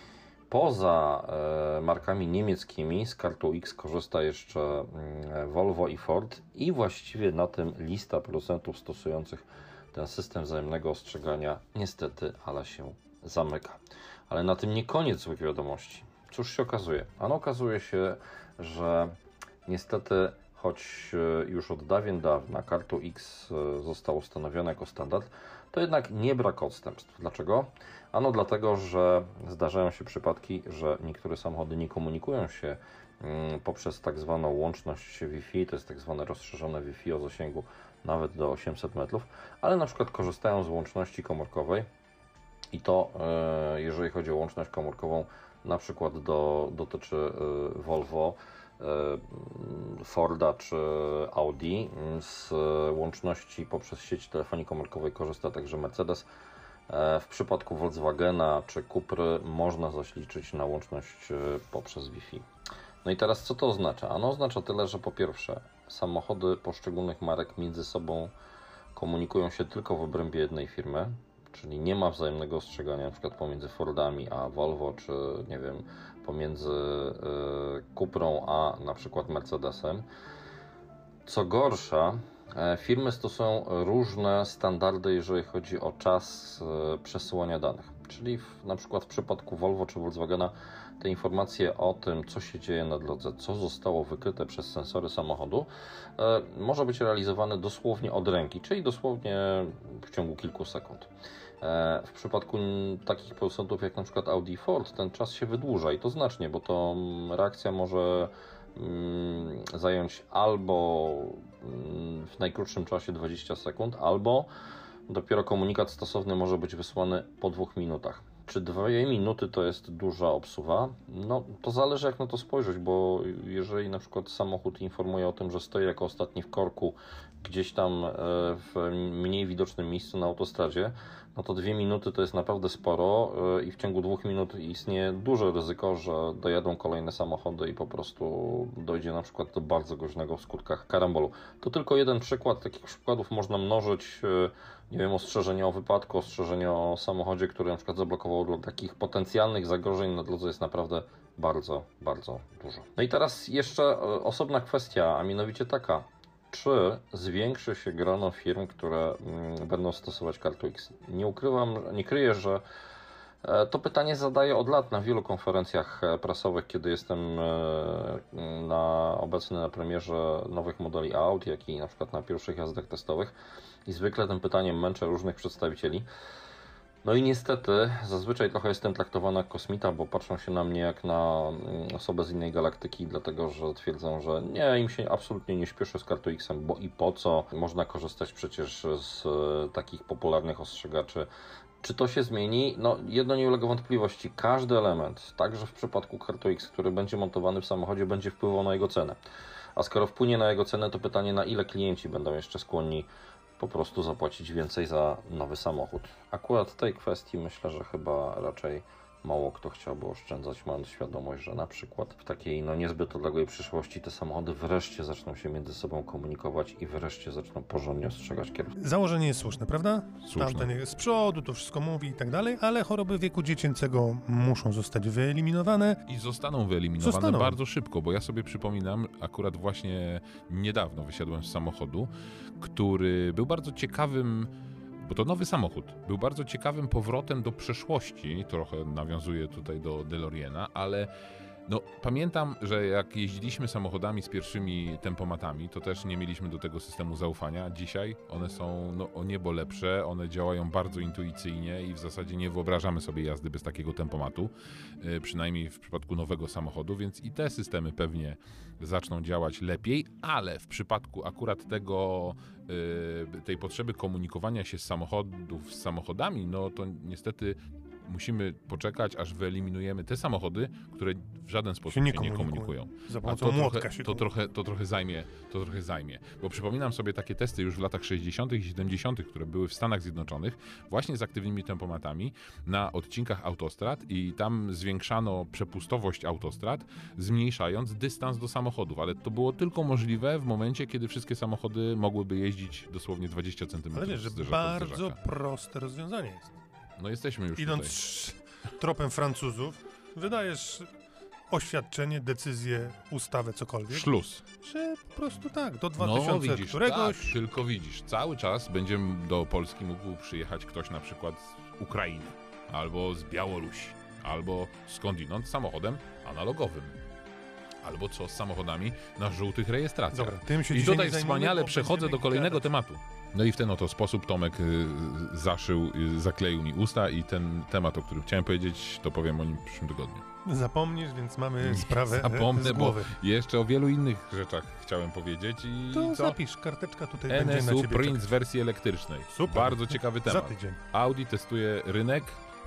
Speaker 8: Poza e, markami niemieckimi z CarToX korzysta jeszcze e, Volvo i Ford i właściwie na tym lista producentów stosujących ten system wzajemnego ostrzegania niestety, ale się zamyka. Ale na tym nie koniec złych wiadomości. Cóż się okazuje? Ano okazuje się, że niestety, choć już od dawien dawna CarToX został ustanowiony jako standard, to jednak nie brak odstępstw. Dlaczego? Ano dlatego, że zdarzają się przypadki, że niektóre samochody nie komunikują się poprzez tak zwaną łączność Wi-Fi, to jest tak zwane rozszerzone Wi-Fi o zasięgu nawet do osiemset metrów, ale na przykład korzystają z łączności komórkowej i to, jeżeli chodzi o łączność komórkową, na przykład do, dotyczy Volvo, Forda czy Audi. Z łączności poprzez sieć telefonii komórkowej korzysta także Mercedes. W przypadku Volkswagena czy Cupry można zaś liczyć na łączność poprzez Wi-Fi. No i teraz co to oznacza? Ano oznacza tyle, że po pierwsze samochody poszczególnych marek między sobą komunikują się tylko w obrębie jednej firmy, czyli nie ma wzajemnego ostrzegania na przykład pomiędzy Fordami a Volvo, czy nie wiem, pomiędzy y, Cuprą a na przykład Mercedesem. Co gorsza, firmy stosują różne standardy, jeżeli chodzi o czas y, przesyłania danych. Czyli w, na przykład w przypadku Volvo czy Volkswagena te informacje o tym, co się dzieje na drodze, co zostało wykryte przez sensory samochodu, y, może być realizowane dosłownie od ręki, czyli dosłownie w ciągu kilku sekund. W przypadku takich producentów jak na przykład Audi i Ford ten czas się wydłuża i to znacznie, bo to reakcja może zająć albo w najkrótszym czasie dwadzieścia sekund, albo dopiero komunikat stosowny może być wysłany po dwóch minutach. Czy dwie minuty to jest duża obsuwa? No to zależy jak na to spojrzeć, bo jeżeli na przykład samochód informuje o tym, że stoi jako ostatni w korku gdzieś tam w mniej widocznym miejscu na autostradzie, no to dwie minuty to jest naprawdę sporo i w ciągu dwóch minut istnieje duże ryzyko, że dojadą kolejne samochody i po prostu dojdzie na przykład do bardzo groźnego w skutkach karambolu. To tylko jeden przykład, takich przykładów można mnożyć. Nie wiem, ostrzeżenie o wypadku, ostrzeżenie o samochodzie, który na przykład zablokował dla takich potencjalnych zagrożeń na drodze jest naprawdę bardzo, bardzo dużo. No i teraz jeszcze osobna kwestia, a mianowicie taka. Czy zwiększy się grono firm, które będą stosować CarToX? Nie ukrywam, nie kryję, że to pytanie zadaję od lat na wielu konferencjach prasowych, kiedy jestem na, obecny na premierze nowych modeli Audi, jak i na przykład na pierwszych jazdach testowych i zwykle tym pytaniem męczę różnych przedstawicieli. No i niestety zazwyczaj trochę jestem traktowany jak kosmita, bo patrzą się na mnie jak na osobę z innej galaktyki, dlatego że twierdzą, że nie, im się absolutnie nie śpieszy z CarToX-em, bo i po co? Można korzystać przecież z takich popularnych ostrzegaczy. Czy to się zmieni? No jedno nie ulega wątpliwości, każdy element, także w przypadku CarToX, który będzie montowany w samochodzie, będzie wpływał na jego cenę. A skoro wpłynie na jego cenę, to pytanie, na ile klienci będą jeszcze skłonni po prostu zapłacić więcej za nowy samochód. Akurat w tej kwestii myślę, że chyba raczej mało kto chciałby oszczędzać, mając świadomość, że na przykład w takiej no niezbyt odległej przyszłości te samochody wreszcie zaczną się między sobą komunikować i wreszcie zaczną porządnie ostrzegać kierowców.
Speaker 2: Założenie jest słuszne, prawda?
Speaker 3: Słuszne.
Speaker 2: Tamten z przodu, to wszystko mówi i tak dalej, ale choroby wieku dziecięcego muszą zostać wyeliminowane.
Speaker 3: I zostaną wyeliminowane
Speaker 2: Zostaną.
Speaker 3: bardzo szybko, bo ja sobie przypominam, akurat właśnie niedawno wysiadłem z samochodu, który był bardzo ciekawym, bo to nowy samochód, był bardzo ciekawym powrotem do przeszłości, trochę nawiązuje tutaj do DeLoreana, ale no, pamiętam, że jak jeździliśmy samochodami z pierwszymi tempomatami, to też nie mieliśmy do tego systemu zaufania. Dzisiaj one są no, o niebo lepsze, one działają bardzo intuicyjnie i w zasadzie nie wyobrażamy sobie jazdy bez takiego tempomatu, yy, przynajmniej w przypadku nowego samochodu, więc i te systemy pewnie zaczną działać lepiej, ale w przypadku akurat tego, yy, tej potrzeby komunikowania się z samochodów z samochodami, no to niestety musimy poczekać, aż wyeliminujemy te samochody, które w żaden sposób się nie,
Speaker 2: nie
Speaker 3: komunikują.
Speaker 2: komunikują. Za
Speaker 3: A
Speaker 2: pomocą
Speaker 3: to
Speaker 2: młotka
Speaker 3: trochę,
Speaker 2: się
Speaker 3: to, trochę, to, trochę zajmie, to trochę zajmie. Bo przypominam sobie takie testy już w latach sześćdziesiątych i siedemdziesiątych, które były w Stanach Zjednoczonych, właśnie z aktywnymi tempomatami na odcinkach autostrad i tam zwiększano przepustowość autostrad, zmniejszając dystans do samochodów, ale to było tylko możliwe w momencie, kiedy wszystkie samochody mogłyby jeździć dosłownie dwadzieścia centymetrów.
Speaker 2: Ale wiesz, że
Speaker 3: zderzaka do
Speaker 2: bardzo
Speaker 3: zderzaka.
Speaker 2: proste rozwiązanie jest.
Speaker 3: No jesteśmy już
Speaker 2: Idąc
Speaker 3: tutaj.
Speaker 2: tropem Francuzów, wydajesz oświadczenie, decyzję, ustawę, cokolwiek,
Speaker 3: Szluz.
Speaker 2: że po prostu tak, do
Speaker 3: No
Speaker 2: dwa tysiące
Speaker 3: widzisz,
Speaker 2: któregoś...
Speaker 3: tak, tylko widzisz, cały czas będzie do Polski mógł przyjechać ktoś na przykład z Ukrainy, albo z Białorusi, albo skądinąd samochodem analogowym. Albo co z samochodami na żółtych rejestracjach.
Speaker 2: Dobra, tym się
Speaker 3: I
Speaker 2: dzisiaj
Speaker 3: tutaj
Speaker 2: nie zajmujemy,
Speaker 3: wspaniale
Speaker 2: bo
Speaker 3: przechodzę
Speaker 2: będziemy
Speaker 3: do kolejnego
Speaker 2: gadać.
Speaker 3: tematu. No i w ten oto sposób Tomek y, zaszył, y, zakleił mi usta i ten temat, o którym chciałem powiedzieć, to powiem o nim w przyszłym tygodniu.
Speaker 2: Zapomnisz, więc mamy sprawę
Speaker 3: Zapomnę,
Speaker 2: z
Speaker 3: bo
Speaker 2: głowy.
Speaker 3: jeszcze o wielu innych rzeczach chciałem powiedzieć i
Speaker 2: To
Speaker 3: co?
Speaker 2: zapisz, karteczka tutaj będzie na
Speaker 3: N S U
Speaker 2: ciebie
Speaker 3: Prince
Speaker 2: czekać.
Speaker 3: w wersji elektrycznej.
Speaker 2: Super.
Speaker 3: Bardzo ciekawy
Speaker 2: Za
Speaker 3: temat.
Speaker 2: tydzień.
Speaker 3: Audi testuje rynek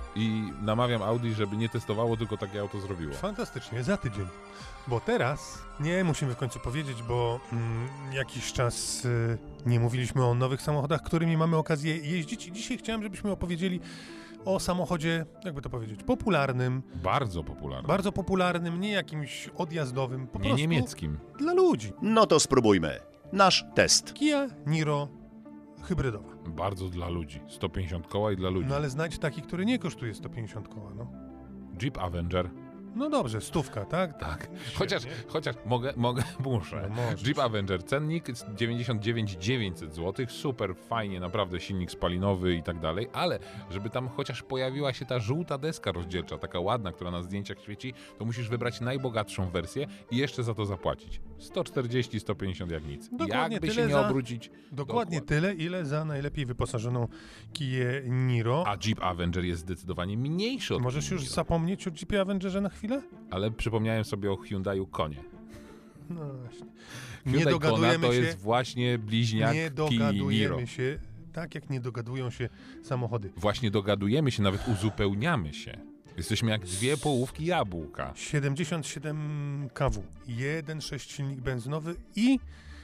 Speaker 3: i namawiam Audi, żeby nie testowało, tylko takie auto zrobiło.
Speaker 2: Fantastycznie, za tydzień. Bo teraz nie musimy w końcu powiedzieć, bo mm, jakiś czas y, nie mówiliśmy o nowych samochodach, którymi mamy okazję jeździć. I dzisiaj chciałem, żebyśmy opowiedzieli o samochodzie, jakby to powiedzieć, popularnym,
Speaker 3: Bardzo popularny.
Speaker 2: bardzo popularnym, nie jakimś odjazdowym, po
Speaker 3: nie
Speaker 2: prostu
Speaker 3: niemieckim.
Speaker 2: dla ludzi.
Speaker 1: No to spróbujmy. Nasz test.
Speaker 2: Kia Niro hybrydowa.
Speaker 3: Bardzo dla ludzi. sto pięćdziesiąt koła i dla ludzi.
Speaker 2: No ale znajdź taki, który nie kosztuje sto pięćdziesiąt koła, no.
Speaker 3: Jeep Avenger.
Speaker 2: No dobrze, stówka, tak?
Speaker 3: Tak.
Speaker 2: Świetnie.
Speaker 3: Chociaż, chociaż mogę, mogę, muszę.
Speaker 2: No możesz.
Speaker 3: Jeep Avenger, cennik dziewięćdziesiąt dziewięć tysięcy dziewięćset złotych, super fajnie, naprawdę silnik spalinowy i tak dalej, ale żeby tam chociaż pojawiła się ta żółta deska rozdzielcza, taka ładna, która na zdjęciach świeci, to musisz wybrać najbogatszą wersję i jeszcze za to zapłacić. sto czterdzieści sto pięćdziesiąt jak nic.
Speaker 2: Dokładnie
Speaker 3: Jakby się
Speaker 2: tyle
Speaker 3: nie
Speaker 2: za-
Speaker 3: obrócić.
Speaker 2: Dokładnie tyle, ile za najlepiej wyposażoną Kię Niro.
Speaker 3: A Jeep Avenger jest zdecydowanie mniejszy od
Speaker 2: Możesz już
Speaker 3: Niro.
Speaker 2: zapomnieć o Jeepie Avengerze na chwilę?
Speaker 3: Ale przypomniałem sobie o Hyundaiu Konie.
Speaker 2: No właśnie. Nie
Speaker 3: Hyundai Kona
Speaker 2: dogadujemy
Speaker 3: to
Speaker 2: się,
Speaker 3: jest właśnie bliźniak
Speaker 2: nie
Speaker 3: Kii Niro.
Speaker 2: dogadujemy się tak, jak nie dogadują się samochody.
Speaker 3: Właśnie dogadujemy się, nawet uzupełniamy się. Jesteśmy jak dwie połówki jabłka.
Speaker 2: siedemdziesiąt siedem K W, jeden przecinek sześć silnik benzynowy i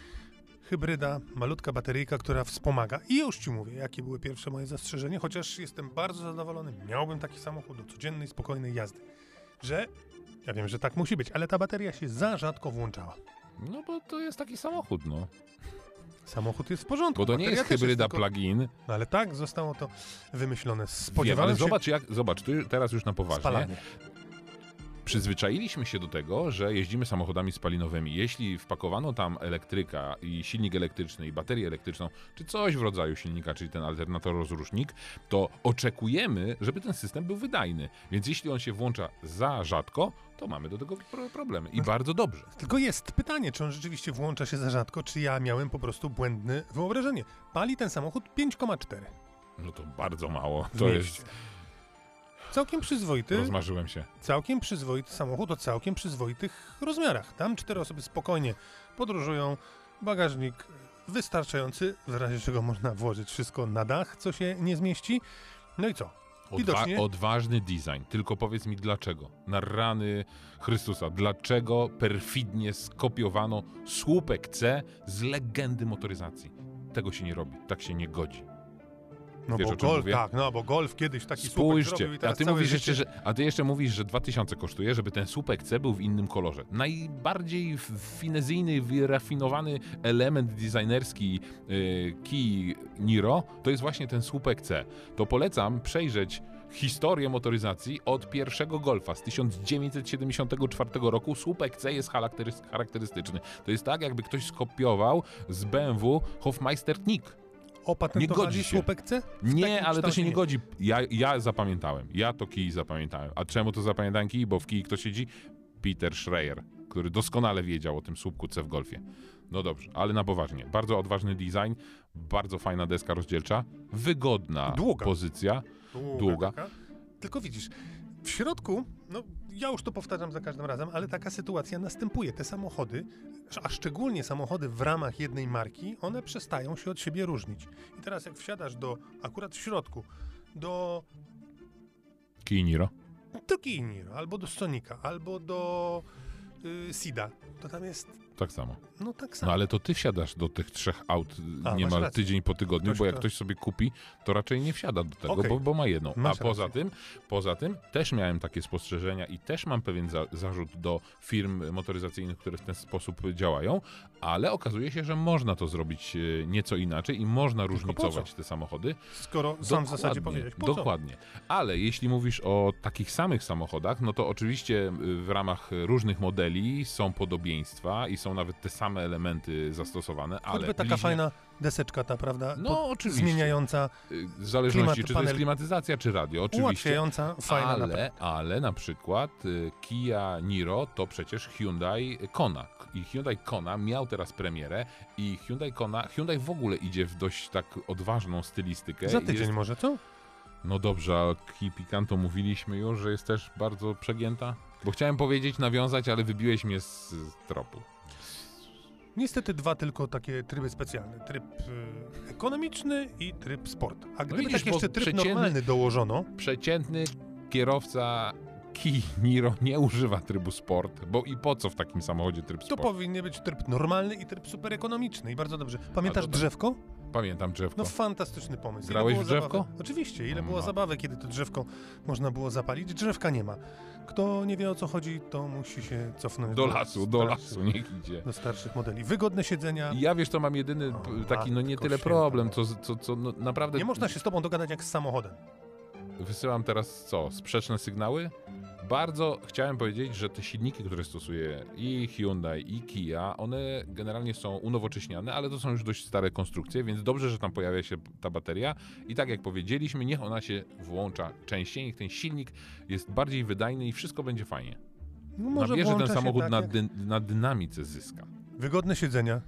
Speaker 2: hybryda, malutka bateryjka, która wspomaga. I już ci mówię, jakie były pierwsze moje zastrzeżenia, chociaż jestem bardzo zadowolony. Miałbym taki samochód do codziennej, spokojnej jazdy. Że, ja wiem, że tak musi być, ale ta bateria się za rzadko włączała.
Speaker 3: No bo to jest taki samochód, no.
Speaker 2: Samochód jest w porządku.
Speaker 3: Bo to nie
Speaker 2: bateria
Speaker 3: jest
Speaker 2: też
Speaker 3: hybryda
Speaker 2: tylko...
Speaker 3: plug-in.
Speaker 2: No ale tak, zostało to wymyślone.
Speaker 3: Wiem,
Speaker 2: Spodziewałem
Speaker 3: ale
Speaker 2: się
Speaker 3: zobacz, jak, zobacz, tu teraz już na poważnie.
Speaker 2: spalania.
Speaker 3: Przyzwyczailiśmy się do tego, że jeździmy samochodami spalinowymi. Jeśli wpakowano tam elektryka i silnik elektryczny i baterię elektryczną, czy coś w rodzaju silnika, czyli ten alternator rozrusznik, to oczekujemy, żeby ten system był wydajny. Więc jeśli on się włącza za rzadko, to mamy do tego pro- problemy. I bardzo dobrze.
Speaker 2: Tylko jest pytanie, czy on rzeczywiście włącza się za rzadko, czy ja miałem po prostu błędne wyobrażenie. Pali ten samochód pięć przecinek cztery.
Speaker 3: No to bardzo mało.
Speaker 2: w
Speaker 3: To
Speaker 2: mieście.
Speaker 3: jest...
Speaker 2: Całkiem przyzwoity,
Speaker 3: Rozmarzyłem się.
Speaker 2: całkiem przyzwoity samochód o całkiem przyzwoitych rozmiarach. Tam cztery osoby spokojnie podróżują, bagażnik wystarczający, w razie czego można włożyć wszystko na dach, co się nie zmieści. No i co?
Speaker 3: Odwa-
Speaker 2: Widocznie-
Speaker 3: odważny design. Tylko powiedz mi dlaczego. Na rany Chrystusa. Dlaczego perfidnie skopiowano słupek C z legendy motoryzacji? Tego się nie robi. Tak się nie godzi.
Speaker 2: No
Speaker 3: Wiesz,
Speaker 2: bo
Speaker 3: o czym
Speaker 2: golf,
Speaker 3: mówię?
Speaker 2: tak, no bo golf kiedyś taki słupek
Speaker 3: Spójrzcie,
Speaker 2: zrobił i
Speaker 3: a
Speaker 2: teraz
Speaker 3: ty,
Speaker 2: całe
Speaker 3: mówisz
Speaker 2: życie...
Speaker 3: jeszcze, że, a ty jeszcze mówisz, że dwa tysiące kosztuje, żeby ten słupek C był w innym kolorze. Najbardziej f- finezyjny, wyrafinowany element designerski yy, Kii Niro to jest właśnie ten słupek C. To polecam przejrzeć historię motoryzacji od pierwszego Golfa z tysiąc dziewięćset siedemdziesiątego czwartego roku. Słupek C jest charakterys- charakterystyczny. To jest tak, jakby ktoś skopiował z B M W Hofmeister Knick.
Speaker 2: Opatentowali
Speaker 3: Nie godzi się.
Speaker 2: słupek C? W
Speaker 3: Nie,
Speaker 2: takim
Speaker 3: ale to
Speaker 2: kształcie
Speaker 3: się nie godzi. Ja, ja zapamiętałem. Ja to Kij zapamiętałem. A czemu to zapamiętałem Kij? Bo w Kij kto siedzi? Peter Schreier, który doskonale wiedział o tym słupku C w Golfie. No dobrze, ale na poważnie. Bardzo odważny design, bardzo fajna deska rozdzielcza, wygodna
Speaker 2: Długa.
Speaker 3: pozycja.
Speaker 2: Długa.
Speaker 3: Długa.
Speaker 2: Taka. Tylko widzisz, w środku, no ja już to powtarzam za każdym razem, ale taka sytuacja następuje. Te samochody, a szczególnie samochody w ramach jednej marki, one przestają się od siebie różnić. I teraz jak wsiadasz do, akurat w środku, do
Speaker 3: Kij Niro.
Speaker 2: do Kii Niro, albo do Sonika, albo do y, Sida, to tam jest,
Speaker 3: Tak samo.
Speaker 2: no tak
Speaker 3: No
Speaker 2: samo.
Speaker 3: ale to ty wsiadasz do tych trzech aut
Speaker 2: A,
Speaker 3: niemal
Speaker 2: masz rację.
Speaker 3: tydzień po tygodniu,
Speaker 2: Ktoś
Speaker 3: bo jak
Speaker 2: to-
Speaker 3: ktoś sobie kupi, to raczej nie wsiada do tego,
Speaker 2: Okej.
Speaker 3: bo, bo ma jedną. A
Speaker 2: Masz
Speaker 3: poza
Speaker 2: rację.
Speaker 3: tym, poza tym też miałem takie spostrzeżenia i też mam pewien za, zarzut do firm motoryzacyjnych, które w ten sposób działają, ale okazuje się, że można to zrobić e, nieco inaczej i można
Speaker 2: po
Speaker 3: różnicować
Speaker 2: co?
Speaker 3: te samochody.
Speaker 2: Skoro sam w zasadzie powiedziałeś, po co?
Speaker 3: Dokładnie. Ale jeśli mówisz o takich samych samochodach, no to oczywiście y, w ramach różnych modeli są podobieństwa i są nawet te same elementy zastosowane, ale
Speaker 2: Choćby taka
Speaker 3: bliźnia-
Speaker 2: fajna deseczka ta, prawda?
Speaker 3: No,
Speaker 2: Pod-
Speaker 3: oczywiście.
Speaker 2: Zmieniająca,
Speaker 3: y, w zależności,
Speaker 2: klimat-
Speaker 3: czy to
Speaker 2: panel-
Speaker 3: jest klimatyzacja, czy radio, oczywiście.
Speaker 2: ułatwiająca, fajna
Speaker 3: ale,
Speaker 2: naprawdę.
Speaker 3: ale na przykład y, Kia Niro to przecież Hyundai Kona. I Hyundai Kona miał teraz premierę i Hyundai Kona, Hyundai w ogóle idzie w dość tak odważną stylistykę.
Speaker 2: Za
Speaker 3: i
Speaker 2: tydzień
Speaker 3: jest,
Speaker 2: może, co?
Speaker 3: No dobrze, a Kia Picanto mówiliśmy już, że jest też bardzo przegięta? Bo chciałem powiedzieć, nawiązać, ale wybiłeś mnie z, z tropu.
Speaker 2: Niestety dwa tylko takie tryby specjalne. Tryb y, ekonomiczny i tryb sport. A gdyby
Speaker 3: widzisz,
Speaker 2: tak jeszcze
Speaker 3: bo
Speaker 2: tryb
Speaker 3: przeciętny-
Speaker 2: normalny dołożono,
Speaker 3: Przeciętny kierowca Kia Niro nie używa trybu sport, bo i po co w takim samochodzie tryb
Speaker 2: to
Speaker 3: sport?
Speaker 2: powinien być tryb normalny i tryb super ekonomiczny. I bardzo dobrze. Pamiętasz
Speaker 3: A to tak.
Speaker 2: drzewko?
Speaker 3: Pamiętam drzewko.
Speaker 2: No fantastyczny pomysł. Ile
Speaker 3: Grałeś
Speaker 2: było
Speaker 3: w drzewko?
Speaker 2: Zabawy? Oczywiście. Ile było
Speaker 3: No.
Speaker 2: zabawy, kiedy to drzewko można było zapalić. Drzewka nie ma. Kto nie wie, o co chodzi, to musi się cofnąć
Speaker 3: Do lasu, do
Speaker 2: starszych-
Speaker 3: lasu, niech idzie.
Speaker 2: do starszych modeli. Wygodne siedzenia.
Speaker 3: I ja wiesz, to mam jedyny
Speaker 2: O,
Speaker 3: p- taki, no nie
Speaker 2: matko
Speaker 3: tyle
Speaker 2: święta.
Speaker 3: problem, co, co, co no, naprawdę...
Speaker 2: Nie można się z tobą dogadać jak z samochodem.
Speaker 3: Wysyłam teraz co? Sprzeczne sygnały? Bardzo chciałem powiedzieć, że te silniki, które stosuje i Hyundai, i Kia, one generalnie są unowocześniane, ale to są już dość stare konstrukcje, więc dobrze, że tam pojawia się ta bateria i tak jak powiedzieliśmy, niech ona się włącza częściej, niech ten silnik jest bardziej wydajny i wszystko będzie fajnie.
Speaker 2: No
Speaker 3: Na bierze
Speaker 2: włącza
Speaker 3: ten
Speaker 2: się
Speaker 3: samochód
Speaker 2: tak
Speaker 3: na,
Speaker 2: jak-
Speaker 3: dy, na dynamice zyska.
Speaker 2: Wygodne siedzenia.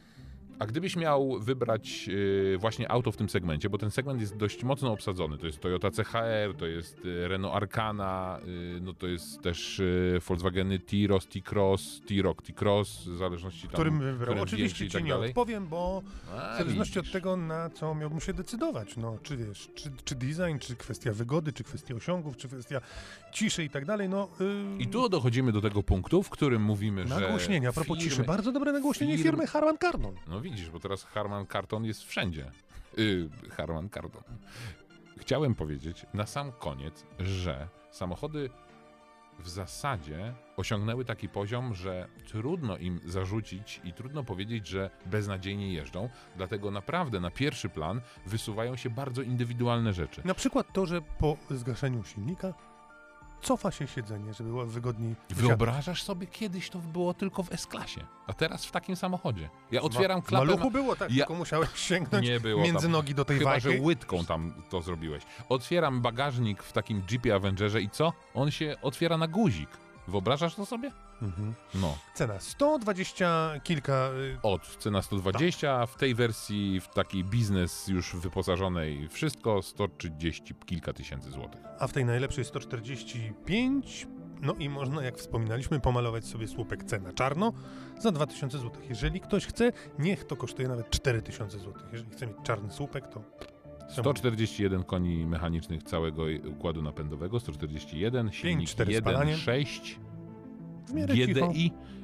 Speaker 3: A gdybyś miał wybrać yy, właśnie auto w tym segmencie, bo ten segment jest dość mocno obsadzony, to jest Toyota C H R, to jest yy, Renault Arcana, yy, no to jest też yy, Volkswageny T-Roc, T-Cross, T-Roc, T-Cross, w zależności tam,
Speaker 2: Którym wybrał.
Speaker 3: którym
Speaker 2: Oczywiście
Speaker 3: większy i
Speaker 2: ci
Speaker 3: tak
Speaker 2: nie
Speaker 3: dalej.
Speaker 2: odpowiem, bo
Speaker 3: A,
Speaker 2: w zależności od
Speaker 3: widzisz.
Speaker 2: tego, na co miałbym się decydować. No, czy wiesz, czy, czy design, czy kwestia wygody, czy kwestia osiągów, czy kwestia ciszy i tak dalej. No, yy,
Speaker 3: I tu dochodzimy do tego punktu, w którym mówimy, że
Speaker 2: nagłośnienia, a propos
Speaker 3: firmy,
Speaker 2: ciszy. Bardzo dobre nagłośnienie
Speaker 3: firmy-
Speaker 2: firmy Harman Kardon.
Speaker 3: No widzisz, bo teraz Harman Kardon jest wszędzie. Yy, Harman Kardon. Chciałem powiedzieć na sam koniec, że samochody w zasadzie osiągnęły taki poziom, że trudno im zarzucić i trudno powiedzieć, że beznadziejnie jeżdżą, dlatego naprawdę na pierwszy plan wysuwają się bardzo indywidualne rzeczy.
Speaker 2: Na przykład to, że po zgaszeniu silnika cofa się siedzenie, żeby było wygodniej wysiadać.
Speaker 3: Wyobrażasz sobie, kiedyś to było tylko w S-klasie, a teraz w takim samochodzie. Ja otwieram
Speaker 2: W
Speaker 3: klapę...
Speaker 2: Maluchu
Speaker 3: na...
Speaker 2: było tak,
Speaker 3: Ja-
Speaker 2: tylko musiałeś sięgnąć
Speaker 3: Nie było
Speaker 2: między
Speaker 3: tam.
Speaker 2: nogi do tej
Speaker 3: Chyba,
Speaker 2: wajchy.
Speaker 3: że łydką tam to zrobiłeś. Otwieram bagażnik w takim Jeepie Avengerze i co? On się otwiera na guzik. Wyobrażasz to sobie?
Speaker 2: Mhm.
Speaker 3: No.
Speaker 2: Cena sto dwadzieścia kilka. y,
Speaker 3: Od cena sto dwadzieścia,
Speaker 2: Tak.
Speaker 3: w tej wersji, w takiej biznes już wyposażonej, wszystko sto trzydzieści kilka tysięcy złotych.
Speaker 2: A w tej najlepszej sto czterdzieści pięć. No i można, jak wspominaliśmy, pomalować sobie słupek C na czarno za dwa tysiące złotych. Jeżeli ktoś chce, niech to kosztuje nawet cztery tysiące złotych. Jeżeli chce mieć czarny słupek, to...
Speaker 3: sto czterdzieści jeden koni mechanicznych całego układu napędowego, sto czterdzieści jeden, silnik
Speaker 2: cztery spalaniem.
Speaker 3: jeden przecinek sześć,
Speaker 2: W miarę
Speaker 3: G
Speaker 2: cicho.
Speaker 3: D I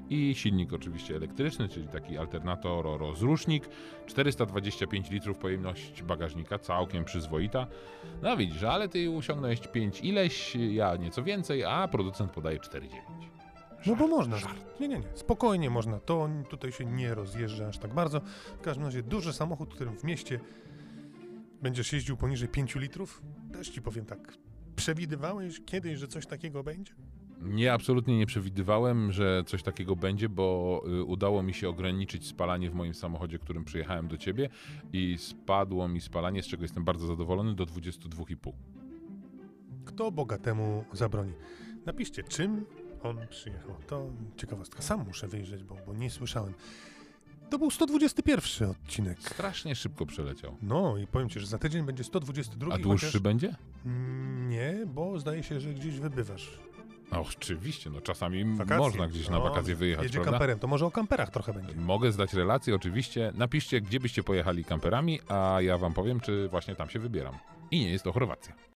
Speaker 3: i silnik oczywiście elektryczny, czyli taki alternator rozrusznik, czterysta dwadzieścia pięć litrów pojemność bagażnika, całkiem przyzwoita. No widzisz, ale ty osiągnąłeś pięć ileś, ja nieco więcej, a producent podaje cztery dziewięć.
Speaker 2: No bo można. Nie, nie, nie. Spokojnie można. To tutaj się nie rozjeżdża aż tak bardzo. W każdym razie duży samochód, którym w mieście będziesz jeździł poniżej pięciu litrów, też ci powiem tak, przewidywałeś kiedyś, że coś takiego będzie?
Speaker 3: Nie, absolutnie nie przewidywałem, że coś takiego będzie, bo y, udało mi się ograniczyć spalanie w moim samochodzie, którym przyjechałem do ciebie i spadło mi spalanie, z czego jestem bardzo zadowolony, do dwudziestu dwóch i pół.
Speaker 2: Kto bogatemu zabroni? Napiszcie, czym on przyjechał. To ciekawostka. Sam muszę wyjrzeć, bo, bo nie słyszałem. To był sto dwudziesty pierwszy odcinek.
Speaker 3: Strasznie szybko przeleciał.
Speaker 2: No i powiem ci, że za tydzień będzie sto dwudziesty drugi.
Speaker 3: A dłuższy
Speaker 2: chociaż...
Speaker 3: będzie?
Speaker 2: Nie, bo zdaje się, że gdzieś wybywasz.
Speaker 3: No, oczywiście, no czasami
Speaker 2: Wakacje.
Speaker 3: Można gdzieś na
Speaker 2: No,
Speaker 3: wakacje wyjechać,
Speaker 2: jedzie
Speaker 3: prawda?
Speaker 2: kamperem, to może o kamperach trochę będzie.
Speaker 3: Mogę zdać relację, oczywiście. Napiszcie, gdzie byście pojechali kamperami, a ja wam powiem, czy właśnie tam się wybieram. I nie jest to Chorwacja.